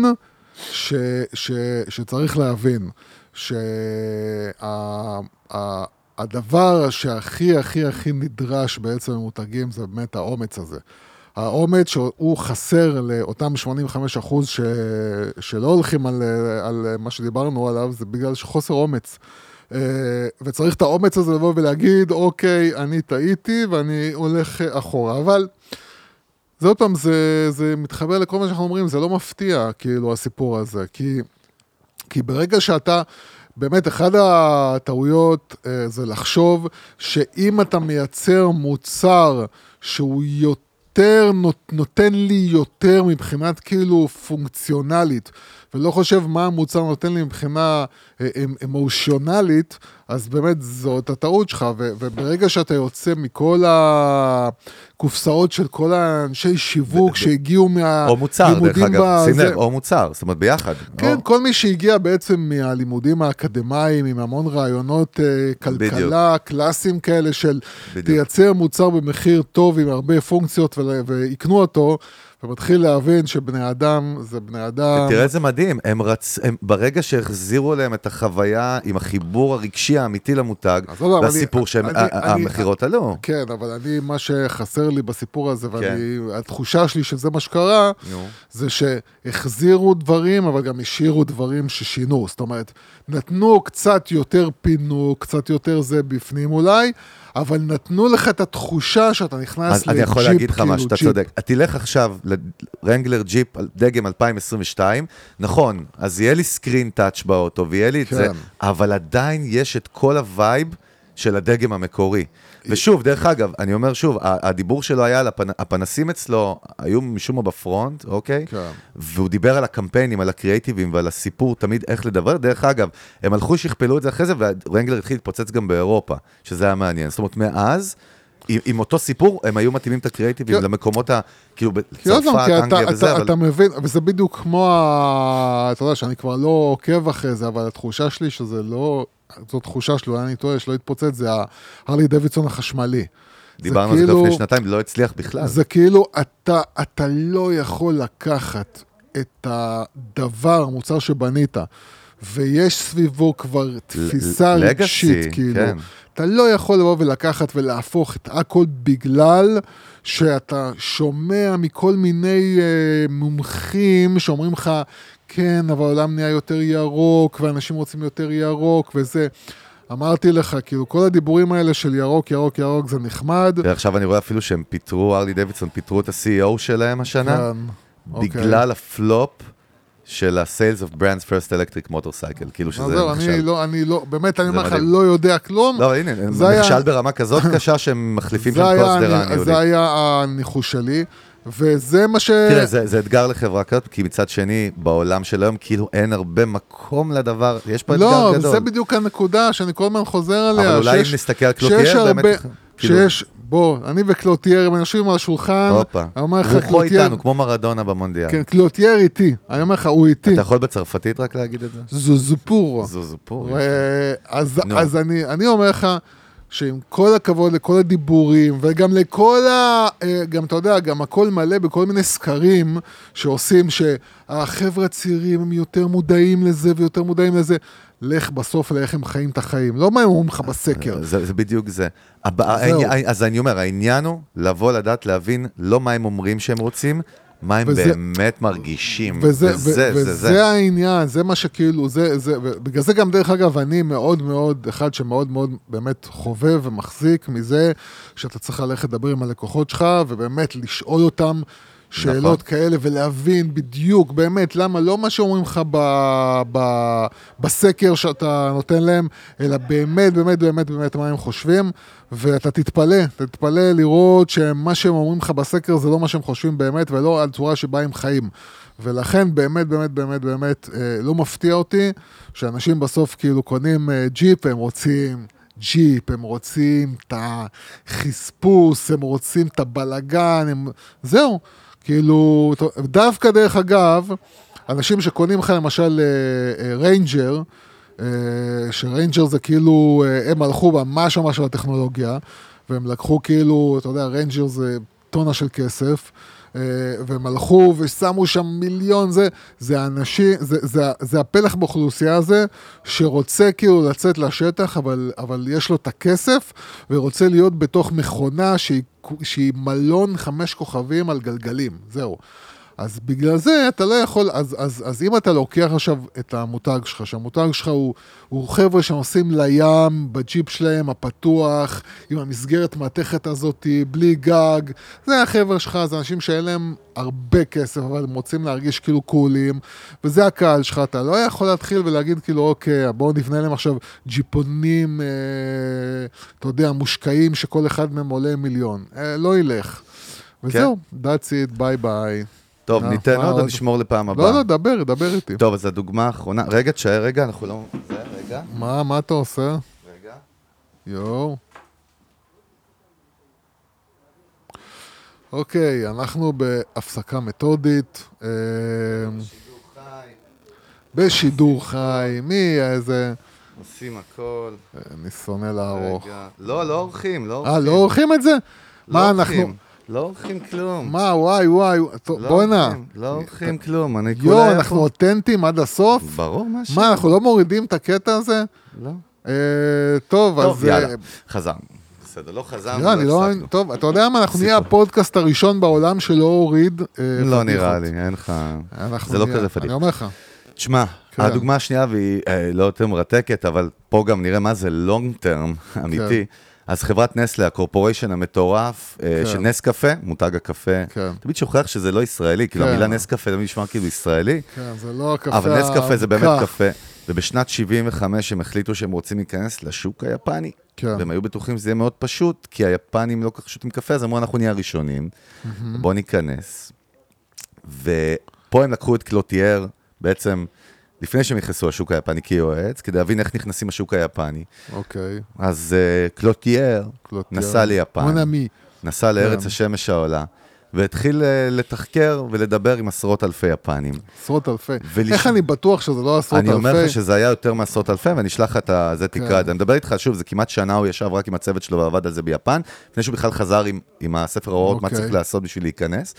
שצריך להבין, שהדבר שהכי הכי הכי נדרש בעצם במותגים זה באמת האומץ הזה. האומץ שהוא חסר לאותם 85% שלא הולכים על מה שדיברנו עליו, זה בגלל שחוסר אומץ. וצריך את האומץ הזה לבוא ולהגיד, אוקיי, אני טעיתי ואני הולך אחורה. אבל זה עוד פעם, זה מתחבר לכל מה שאנחנו אומרים, זה לא מפתיע, כאילו, הסיפור הזה. כי ברגע שאתה, באמת, אחד הטעויות זה לחשוב שאם אתה מייצר מוצר שהוא נותן לי יותר מבחינת כאילו פונקציונלית, ולא חושב מה המוצר נותן לי מבחינה אמושיונלית, אז באמת זאת הטעות שלך, וברגע שאתה יוצא מכל הקופסאות של כל האנשי שיווק שהגיעו מהלימודים, או מוצר, דרך אגב, שים לב, או מוצר, זאת אומרת ביחד. כן, כל מי שהגיע בעצם מהלימודים האקדמיים, עם המון רעיונות כלכלה, קלאסיים כאלה של תייצר מוצר במחיר טוב, עם הרבה פונקציות, ויקנו אותו, ומתחיל להבין שבני אדם זה בני אדם. תראה איזה מדהים, הם ברגע שהחזירו להם את החוויה עם החיבור הרגשי האמיתי למותג, והסיפור שהמחירות עלו. כן, אבל מה שחסר לי בסיפור הזה, והתחושה שלי שזה מה שקרה, זה שהחזירו דברים, אבל גם השאירו דברים ששינו. זאת אומרת, נתנו קצת יותר פינו, קצת יותר זה בפנים אולי, אבל נתנו לך את התחושה שאתה נכנס לג'יפ. אני יכול להגיד לך מה שאתה צודק. תלך עכשיו לרנגלר ג'יפ דגם 2022, נכון, אז יהיה לי סקרין טאץ' באוטו, ויהיה לי את זה, אבל עדיין יש את כל הווייב של הדגם המקורי. ושוב, דרך אגב, אני אומר שוב, הדיבור שלו היה על הפנסים אצלו, היו משום מה בפרונט, אוקיי? כן. והוא דיבר על הקמפיינים, על הקריאטיבים ועל הסיפור, תמיד איך לדבר. דרך אגב, הם הלכו, שכפלו את זה אחרי זה, ורנגלר התחיל להתפוצץ גם באירופה, שזה היה מעניין. זאת אומרת, מאז, עם אותו סיפור, הם היו מתאימים את הקריאטיבים למקומות כאילו בצרפת, אנגליה וזה, אבל... אתה מבין, וזה בדיוק כמו, אתה יודע, שאני כבר לא עוקב אחרי זה, אבל התחושה שלי שזה לא, זו תחושה שלו, אני טועה, שלא התפוצץ, זה ההרלי דוידסון החשמלי. דיברנו על זה לפני שנתיים, לא הצליח בכלל. זה כאילו, אתה לא יכול לקחת את הדבר, המוצר שבנית, ויש סביבו כבר תפיסה רגשית, כאילו. אתה לא יכול לבוא ולקחת ולהפוך את הכל בגלל שאתה שומע מכל מיני מומחים שאומרים לך, כן, אבל העולם נהיה יותר ירוק, ואנשים רוצים יותר ירוק, וזה... אמרתי לך, כאילו, כל הדיבורים האלה של ירוק, ירוק, ירוק, זה נחמד. ועכשיו אני רואה אפילו שהם פיטרו, הרלי דוידסון פיטרו את ה-CEO שלהם השנה, בגלל הפלופ של ה-Sales of Brands First Electric Motorcycle, כאילו שזה נכשל. אני לא, באמת, אני אומר לך, לא יודע כלום. לא, הנה, נכשל ברמה כזאת קשה שהם מחליפים שם כל הסדרה הניהולית. זה היה הניחוש שלי. וזה מה ש... תראה, זה אתגר לחברה כזאת, כי מצד שני, בעולם של היום, כאילו אין הרבה מקום לדבר, יש פה אתגר גדול. לא, זה בדיוק הנקודה שאני כל הזמן חוזר עליה. אבל אולי אם נסתכל על קלוטייר, באמת... שיש, בוא, אני וקלוטייר, הם יושבים על השולחן, רוחו איתנו, כמו מרדונה במונדיאל. כן, קלוטייר איתי, אני אומר לך, הוא איתי. אתה יכול בצרפתית רק להגיד את זה? זוזופור. זוזופור. אז אני אומר לך, שעם כל הכבוד לכל הדיבורים, וגם לכל גם אתה יודע, גם הכל מלא בכל מיני סקרים שעושים שהחבר'ה הצעירים הם יותר מודעים לזה ויותר מודעים לזה. לך בסוף לאיך הם חיים את החיים. לא מה הם אומרים לך בסקר. זה בדיוק זה. אז אני אומר, העניין הוא לבוא לדעת להבין לא מה הם אומרים שהם רוצים, מה הם באמת מרגישים. וזה העניין, זה מה שכאילו, בגלל זה גם דרך אגב, אני מאוד מאוד, אחד שמאוד מאוד באמת חובב ומחזיק מזה, שאתה צריך ללכת לדבר עם הלקוחות שלך, ובאמת לשאול אותם שאלות כאלה, ולהבין בדיוק, באמת, למה לא מה שאומרים לך בסקר שאתה נותן להם, אלא באמת, באמת, באמת, באמת, מה הם חושבים, ואתה תתפלא לראות שמה שהם אומרים לך בסקר זה לא מה שהם חושבים באמת, ולא על צורה שבה הם חיים. ולכן באמת, באמת, באמת, באמת, לא מפתיע אותי, שאנשים בסוף כאילו קונים ג'יפ, הם רוצים ג'יפ, הם רוצים את החספוס, הם רוצים את הבלגן, זהו. כאילו, דווקא דרך אגב, אנשים שקונים לך למשל ריינג'ר, שריינג'ר זה כאילו, הם הלכו ממש ממש על הטכנולוגיה, והם לקחו כאילו, אתה יודע, ריינג'ר זה טונה של כסף, והם הלכו ושמו שם מיליון, זה אנשים, זה הפלח באוכלוסייה הזה, שרוצה כאילו לצאת לשטח, אבל יש לו את הכסף, ורוצה להיות בתוך מכונה שהיא מלון 5 כוכבים על גלגלים, זהו. אז בגלל זה אתה לא יכול, אז אם אתה לוקח עכשיו את המותג שלך, שהמותג שלך הוא חבר'ה שנוסעים לים, בג'יפ שלהם, הפתוח, עם המסגרת מתכת הזאת, בלי גג, זה החבר'ה שלך, זה אנשים שאין להם הרבה כסף, אבל הם רוצים להרגיש כאילו קולים, וזה הקהל שלך, אתה לא יכול להתחיל ולהגיד כאילו, אוקיי, בואו נבנה להם עכשיו ג'יפונים, אתה יודע, מושקעים, שכל אחד מהם עולה מיליון. לא ילך. וזהו, that's it, ביי ביי. טוב, ניתן עוד, נשמור לפעם הבאה. לא, דבר איתי. טוב, אז הדוגמה האחרונה, רגע, תשאר רגע, אנחנו לא... זה, רגע. מה אתה עושה? רגע. יואו. אוקיי, אנחנו בהפסקה מתודית. בשידור חי. מי איזה... עושים הכל. אני שונא לערוך. לא עורכים, לא עורכים את זה? מה אנחנו... לא עורכים כלום. מה, וואי, בוא נע. לא עורכים כלום, אני כולה... יו, אנחנו אותנטיים עד הסוף? ברור, משהו. מה, אנחנו לא מורידים את הקטע הזה? לא. טוב, אז... טוב, יאללה, חזרנו. בסדר, לא חזרנו, לא הפסקנו. טוב, אתה יודע מה, אנחנו נהיה הפודקאסט הראשון בעולם שלא הוריד... לא נראה לי, אין לך... זה לא כזה פדיח. אני אומר לך. תשמע, הדוגמה השנייה, והיא לא יותר מרתקת, אבל פה גם נראה מה זה long term אמיתי. אז חברת נסלה, הקורפוריישן המטורף, של נס קפה, מותג הקפה, תמיד שוכח שזה לא ישראלי, כאילו המילה נס קפה, תמיד נשמע כאילו ישראלי, כן, זה לא הקפה, אבל נס קפה זה באמת קפה, ובשנת 75 הם החליטו שהם רוצים להיכנס לשוק היפני, כן. והם היו בטוחים שזה יהיה מאוד פשוט, כי היפנים לא כל כך שותים קפה, אז אמרו, אנחנו נהיה הראשונים, בואו ניכנס. ופה הם לקחו את קלוטייר, בעצם, לפני שהם נכנסו לשוק היפני כיועץ, כדי להבין איך נכנסים לשוק היפני. אוקיי. אז קלוטייר נסע ליפן, מונמי. נסע לארץ השמש העולה, והתחיל לתחקר ולדבר עם עשרות אלפי יפנים. עשרות אלפי. איך אני בטוח שזה לא עשרות אלפי? אני אומר לך שזה היה יותר מעשרות אלפי, ואני אשלח את זה תקרא. אני מדבר איתך שוב, זה כמעט שנה הוא ישב רק עם הצוות שלו ועבד על זה ביפן, לפני שהוא בכלל חזר עם הספר ההוראות, מה צריך לעשות בשביל להיכנס.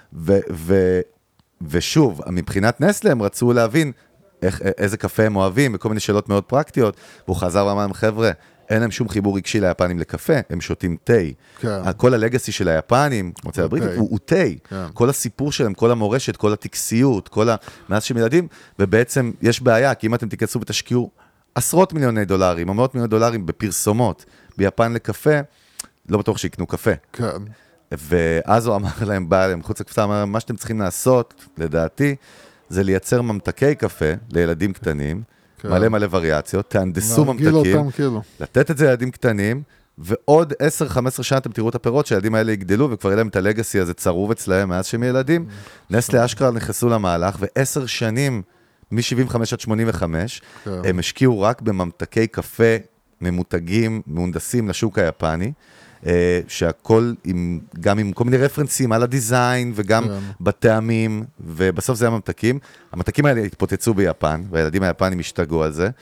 ושוב, מבחינת נסלה הם רצו להבין איזה קפה הם אוהבים, וכל מיני שאלות מאוד פרקטיות, והוא חזר ואמר להם, חבר'ה, אין להם שום חיבור רגשי ליפנים לקפה, הם שותים תה. כן. כל הלגסי של היפנים, מוצא הבריטית, הוא תה. כן. כל הסיפור שלהם, כל המורשת, כל הטקסיות, מאז שהם ילדים, ובעצם יש בעיה, כי אם אתם תיכנסו ותשקיעו עשרות מיליוני דולרים, או מאות מיליוני דולרים בפרסומות, ביפן לקפה, לא בטוח שיקנו קפה. כן. ואז הוא אמר להם, בא להם חוץ לקפצה, אמר, מה שאתם צריכים לעשות, לדעתי, זה לייצר ממתקי קפה לילדים קטנים, מלא מלא וריאציות, תהנדסו ממתקים, לתת את זה לילדים קטנים, ועוד 10-15 שנה אתם תראו את הפירות שהילדים האלה יגדלו, וכבר יהיה להם את הלגסי הזה צרוב אצלהם מאז שהם ילדים. נסלה אשכרה נכנסו למהלך, ו10 שנים, מ-75 עד 85, הם השקיעו רק בממתקי קפה ממותגים, מהונדסים לשוק היפני, שהכל גם עם כל מיני רפרנסים על הדיזיין וגם בטעמים, ובסוף זה הממתקים. הממתקים האלה התפוצצו ביפן, והילדים היפנים השתגעו על זה,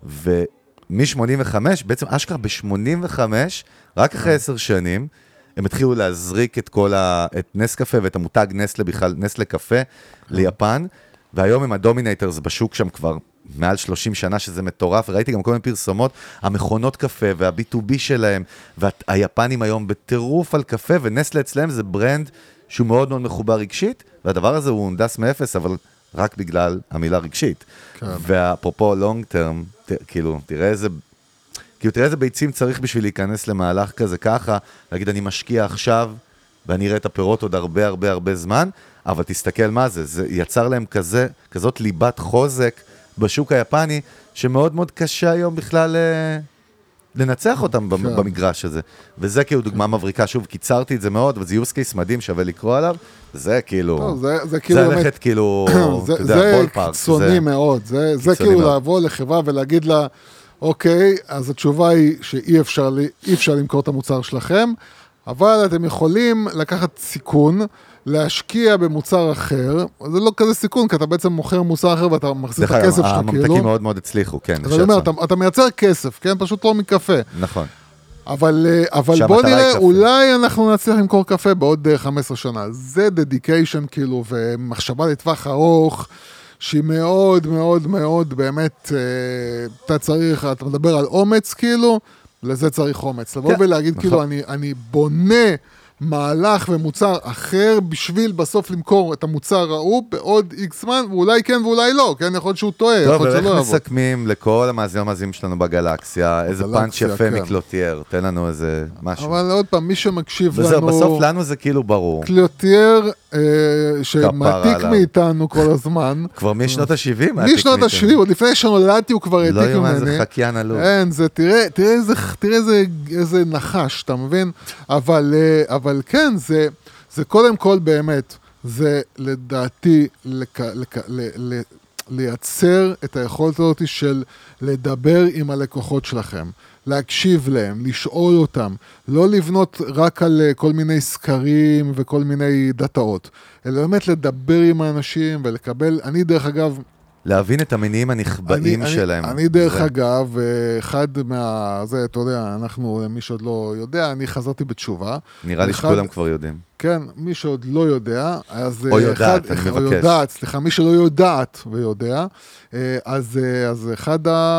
ומ-85, בעצם אשכרה ב-85, רק אחרי 10 שנים, הם התחילו להזריק את נס קפה ואת המותג נסלה בכלל, נסלה קפה ליפן, והיום הם הדומינטורס בשוק שם כבר מעל 30 שנה, שזה מטורף, וראיתי גם כל מיני פרסומות, המכונות קפה וה-B2B שלהם, והיפנים היום בטירוף על קפה, ונסלה אצלהם זה ברנד שהוא מאוד מאוד מחובר רגשית, והדבר הזה הוא הונדס מאפס, אבל רק בגלל המילה רגשית. ואפרופו לונג טרם, כאילו, תראה איזה ביצים צריך בשביל להיכנס למהלך כזה ככה, להגיד אני משקיע עכשיו, ואני אראה את הפירות עוד הרבה הרבה הרבה זמן, אבל תסתכל מה זה, זה יצר להם כזאת ליבת חוזק בשוק היפני, שמאוד מאוד קשה היום בכלל לנצח אותם במגרש הזה. וזה כאילו דוגמה מבריקה, שוב, קיצרתי את זה מאוד, וזה use case מדהים שווה לקרוא עליו, זה כאילו, זה הלכת כאילו, זה קיצוני מאוד, זה כאילו לעבור לחברה ולהגיד לה, אוקיי, אז התשובה היא שאי אפשר למכור את המוצר שלכם, אבל אתם יכולים לקחת סיכון, להשקיע במוצר אחר, זה לא כזה סיכון, כי אתה בעצם מוכר מוצר אחר ואתה מחזיר את הכסף שלך, כאילו. הממתקים מאוד מאוד הצליחו, כן. אז אני אומר, אתה מייצר כסף, כן? פשוט לא מקפה. נכון. אבל בוא נראה, אולי אנחנו נצליח למכור קפה בעוד 15 שנה. זה dedication, כאילו, ומחשבה לטווח ארוך, שהיא מאוד מאוד מאוד, באמת, אתה מדבר על אומץ, כאילו, לזה צריך אומץ. לבוא ולהגיד, כאילו, אני בונה מהלך ומוצר אחר בשביל בסוף למכור את המוצר ההוא בעוד X זמן, ואולי כן ואולי לא, כן? יכול להיות שהוא טועה, יכול להיות שלא יעבוד. טוב, ואיך מסכמים לכל המאזינים שלנו בגלקסיה, איזה פאנץ' יפה מקלוטייר, תן לנו איזה משהו. אבל עוד פעם, מי שמקשיב לנו... וזהו, בסוף לנו זה כאילו ברור. קלוטייר שמעתיק מאיתנו כל הזמן. כבר משנות ה-70 משנות ה-70, עוד לפני שנולדתי הוא כבר העתיק ממני. לא יומן, זה חקיין עלוב. אין, זה, תראה איזה נחש, אתה מבין? אבל כן, זה קודם כל באמת, זה לדעתי לייצר את היכולת הזאת של לדבר עם הלקוחות שלכם, להקשיב להם, לשאול אותם, לא לבנות רק על כל מיני סקרים וכל מיני דאטאות, אלא באמת לדבר עם האנשים ולקבל, אני דרך אגב, להבין את המניעים הנכבאים שלהם. אני דרך אגב, אחד זה, אתה יודע, אנחנו, מי שעוד לא יודע, אני חזרתי בתשובה. נראה לי שכולם כבר יודעים. כן, מי שעוד לא יודע, אז... או יודעת, אני מבקש. או יודעת, סליחה, מי שלא יודעת ויודע, אז אחד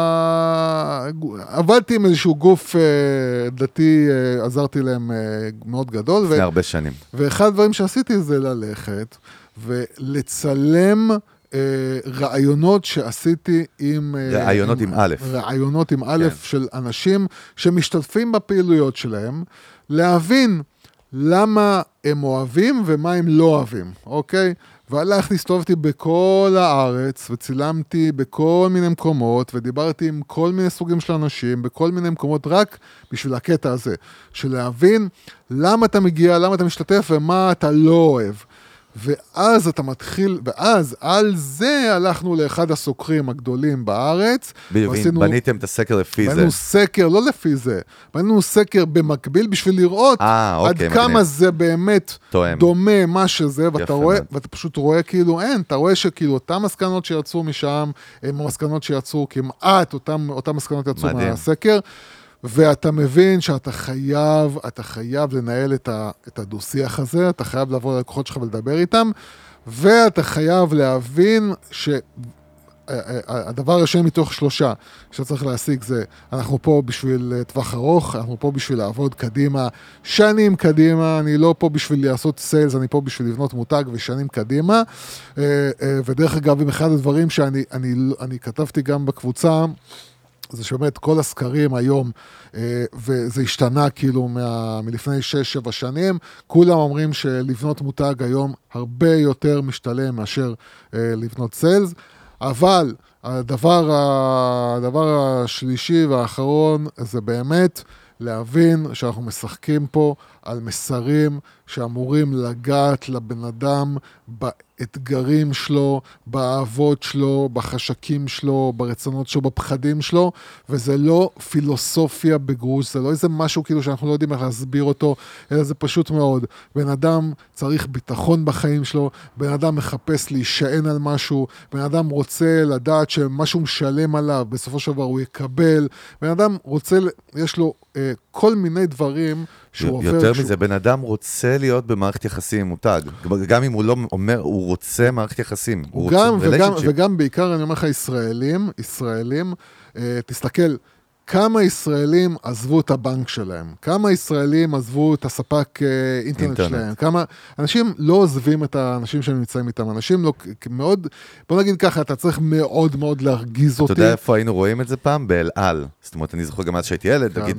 עבדתי עם איזשהו גוף דתי, עזרתי להם מאוד גדול. לפני הרבה שנים. ואחד הדברים שעשיתי זה ללכת ולצלם רעיונות שעשיתי עם... רעיונות עם א'. רעיונות עם א' של אנשים שמשתתפים בפעילויות שלהם, להבין למה הם אוהבים ומה הם לא אוהבים, אוקיי? והלכתי, הסתובבתי בכל הארץ, וצילמתי בכל מיני מקומות, ודיברתי עם כל מיני סוגים של אנשים, בכל מיני מקומות, רק בשביל הקטע הזה, של להבין למה אתה מגיע, למה אתה משתתף, ומה אתה לא אוהב. ואז אתה מתחיל, ואז על זה הלכנו לאחד הסוקרים הגדולים בארץ. בניתם את הסקר לפי זה. בנינו סקר, לא לפי זה, בנינו סקר במקביל בשביל לראות עד כמה זה באמת דומה מה שזה, ואתה פשוט רואה כאילו אין, אתה רואה שכאילו אותם מסקנות שיצאו משם, הם המסקנות שיצאו כמעט, אותם מסקנות יצאו מהסקר, ואתה מבין שאתה חייב לנהל את הדו-שיח הזה, אתה חייב לבוא ללקוחות שלך ולדבר איתם, ואתה חייב להבין שהדבר השני מתוך 3 שצריך להשיג זה, אנחנו פה בשביל טווח ארוך, אנחנו פה בשביל לעבוד קדימה, שנים קדימה, אני לא פה בשביל לעשות סיילס, אני פה בשביל לבנות מותג ושנים קדימה, ודרך אגב, אחד הדברים שאני כתבתי גם בקבוצה, זה שבאמת כל הסקרים היום, וזה השתנה כאילו מלפני 6-7 שנים, כולם אומרים שלבנות מותג היום הרבה יותר משתלם מאשר לבנות סיילס, אבל הדבר השלישי והאחרון זה באמת להבין שאנחנו משחקים פה על מסרים שאמורים לגעת לבן אדם באתגרים שלו, באהבות שלו, בחשקים שלו, ברצונות שלו, בפחדים שלו, וזה לא פילוסופיה בגרוש, זה לא איזה משהו כאילו שאנחנו לא יודעים איך להסביר אותו, אלא זה פשוט מאוד. בן אדם צריך ביטחון בחיים שלו, בן אדם מחפש להישען על משהו, בן אדם רוצה לדעת שמשהו משלם עליו, בסופו של דבר הוא יקבל, בן אדם רוצה, יש לו כל מיני דברים שהוא עובר. יותר מזה, בן אדם רוצה להיות במערכת יחסים עם מותג. גם אם הוא לא אומר, הוא רוצה מערכת יחסים. וגם בעיקר, אני אומר לך, ישראלים, תסתכל, כמה ישראלים עזבו את הבנק שלהם, כמה ישראלים עזבו את הספק אינטרנט שלהם, כמה אנשים לא עוזבים את האנשים שהם נמצאים איתם, אנשים לא, מאוד, בוא נגיד ככה, אתה צריך מאוד מאוד להרגיז אותי. אתה יודע איפה היינו רואים את זה פעם? באל-על. זאת אומרת, אני זוכר גם אז שהייתי ילד, תגיד,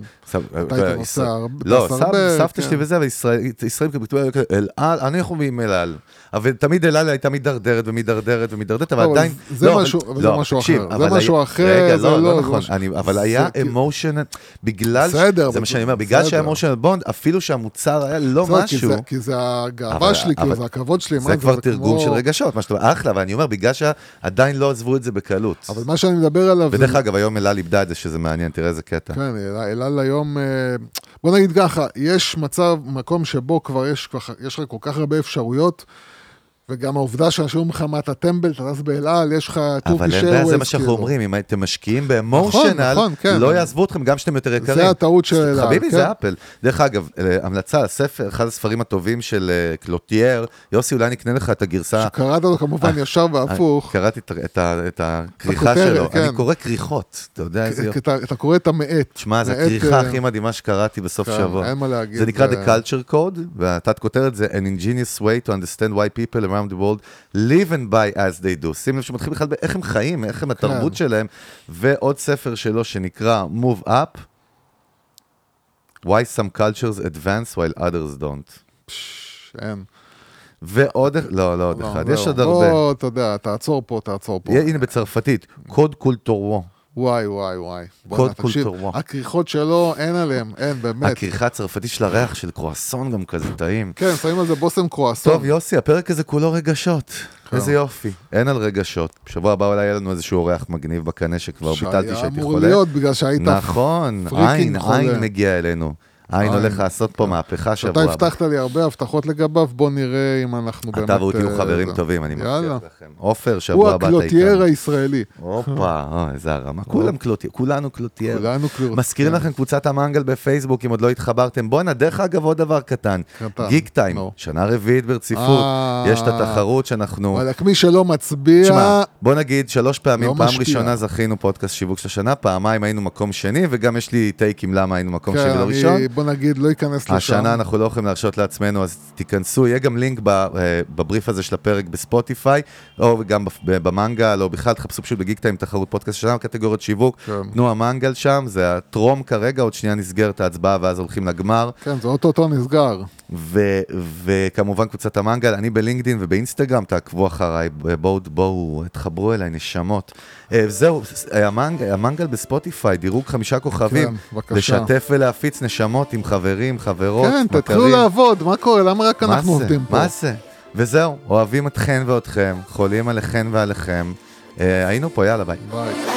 לא, סבתא שלי וזה, אבל ישראל כביטוי, אל-על, אני יכול עם אל-על. אבל תמיד אל-על הייתה מדרדרת ומדרדרת, אבל עדיין... זה משהו אחר. זה משהו אחר, לא נכון, אבל היה אמושנל, בגלל, זה מה שאני אומר, בגלל שהיה אמושנל בונד, אפילו שהמוצר היה לא משהו. כי זה הגאווה שלי, כי זה הכבוד שלי. זה כבר תרגום של רגשות, מה שאתה אומר, אחלה, ואני אומר, בגלל שעדיין לא עזבו את זה בקלות. אבל מה שאני מדבר עליו... ודרך אגב, היום אל-על איבדה את זה, שזה מעניין, תראה איזה קטע. כן, אל-על היום, בוא נגיד ככה, יש מקום שבו כבר יש לך כל כך הרבה אפשרויות, וגם העובדה שאנשים אומרים לך מה אתה טמבל, אתה טס באל-על, יש לך טורקי שיירווייז. אבל זה מה שאנחנו אומרים, אם אתם משקיעים באמושנל, לא יעזבו אתכם, גם שאתם יותר יקרים. זה הטעות של אל-על. חביבי, זה אפל. דרך אגב, המלצה, הספר, אחד הספרים הטובים של קלוטייר, יוסי, אולי נקנה לך את הגרסה. שקראת אותו כמובן ישר והפוך. קראתי את הכריכה שלו. אני קורא כריכות, אתה יודע איזה יופי. אתה קורא את המעט. שמע, זו הכריכה הכי מדהימה שקראתי בסוף שבוע. זה נקרא The Culture Code, והתת כותרת זה An ingenious way to understand why people around the world live and buy as they do. שים לב שמתחיל בכלל באיך הם חיים, איך הם התרבות שלהם, ועוד ספר שלו שנקרא Move Up, Why some cultures advance while others don't. אין. ועוד, לא עוד אחד, יש עוד הרבה. אתה יודע, תעצור פה. הנה בצרפתית, קוד קולטורו. וואי. תקשיב, הכריכות שלו, אין עליהם, אין, באמת. הכריכה הצרפתית של הריח של קרואסון גם כזה טעים. כן, שמים על זה בוסם קרואסון. טוב, יוסי, הפרק הזה כולו רגשות. איזה יופי. אין על רגשות. בשבוע הבא אולי היה לנו איזשהו אורח מגניב בקנה שכבר ביטלתי שהייתי חולה. שהיה אמור להיות בגלל שהיית נכון, עין מגיע אלינו. עין הולך לעשות פה מהפכה שבוע. אתה הבטחת לי הרבה הבטחות לגביו, בוא נראה אם אנחנו באמת... אתה והוא תהיו חברים טובים, אני מבטיח לכם. עופר, שבוע הבא אתה איתנו. הוא הקלוטייר הישראלי. הופה, איזה הרמה. כולנו קלוטייר. מזכירים לכם קבוצת המנגל בפייסבוק, אם עוד לא התחברתם. בוא נדרך אגב עוד דבר קטן. גיק טיים, שנה רביעית ברציפות. יש את התחרות שאנחנו... אבל מי שלא מצביע... תשמע, בוא נגיד 3 פעמים, פעם ראשונה זכינו פודקאסט שיווק של השנה, פעמיים היינו מקום שני, וגם יש לי טייקים למה היינו מקום שני ולא ראשון. בוא נגיד, לא ייכנס לשם. השנה אנחנו לא יכולים להרשות לעצמנו, אז תיכנסו, יהיה גם לינק בבריף הזה של הפרק בספוטיפיי, או גם במנגל, או בכלל תחפשו פשוט בגיק טיים תחרות פודקאסט שלנו, קטגוריות שיווק, תנו המנגל שם, זה הטרום כרגע, עוד שנייה נסגר את ההצבעה, ואז הולכים לגמר. כן, זה אוטוטו נסגר. וכמובן קבוצת המנגל, אני בלינקדין ובאינסטגרם, תעקבו אחריי, בואו, תחברו אליי, נשמות. זהו, המנגל בספוטיפיי, דירוג 5 כוכבים, לשתף ולהפיץ נשמות עם חברים, חברות, כן, מכרים. תתחילו לעבוד, מה קורה? למה רק אנחנו עובדים פה? מה זה? וזהו, אוהבים אתכן ואתכם, חולים עליכן ועליכם. היינו פה, יאללה, ביי. ביי.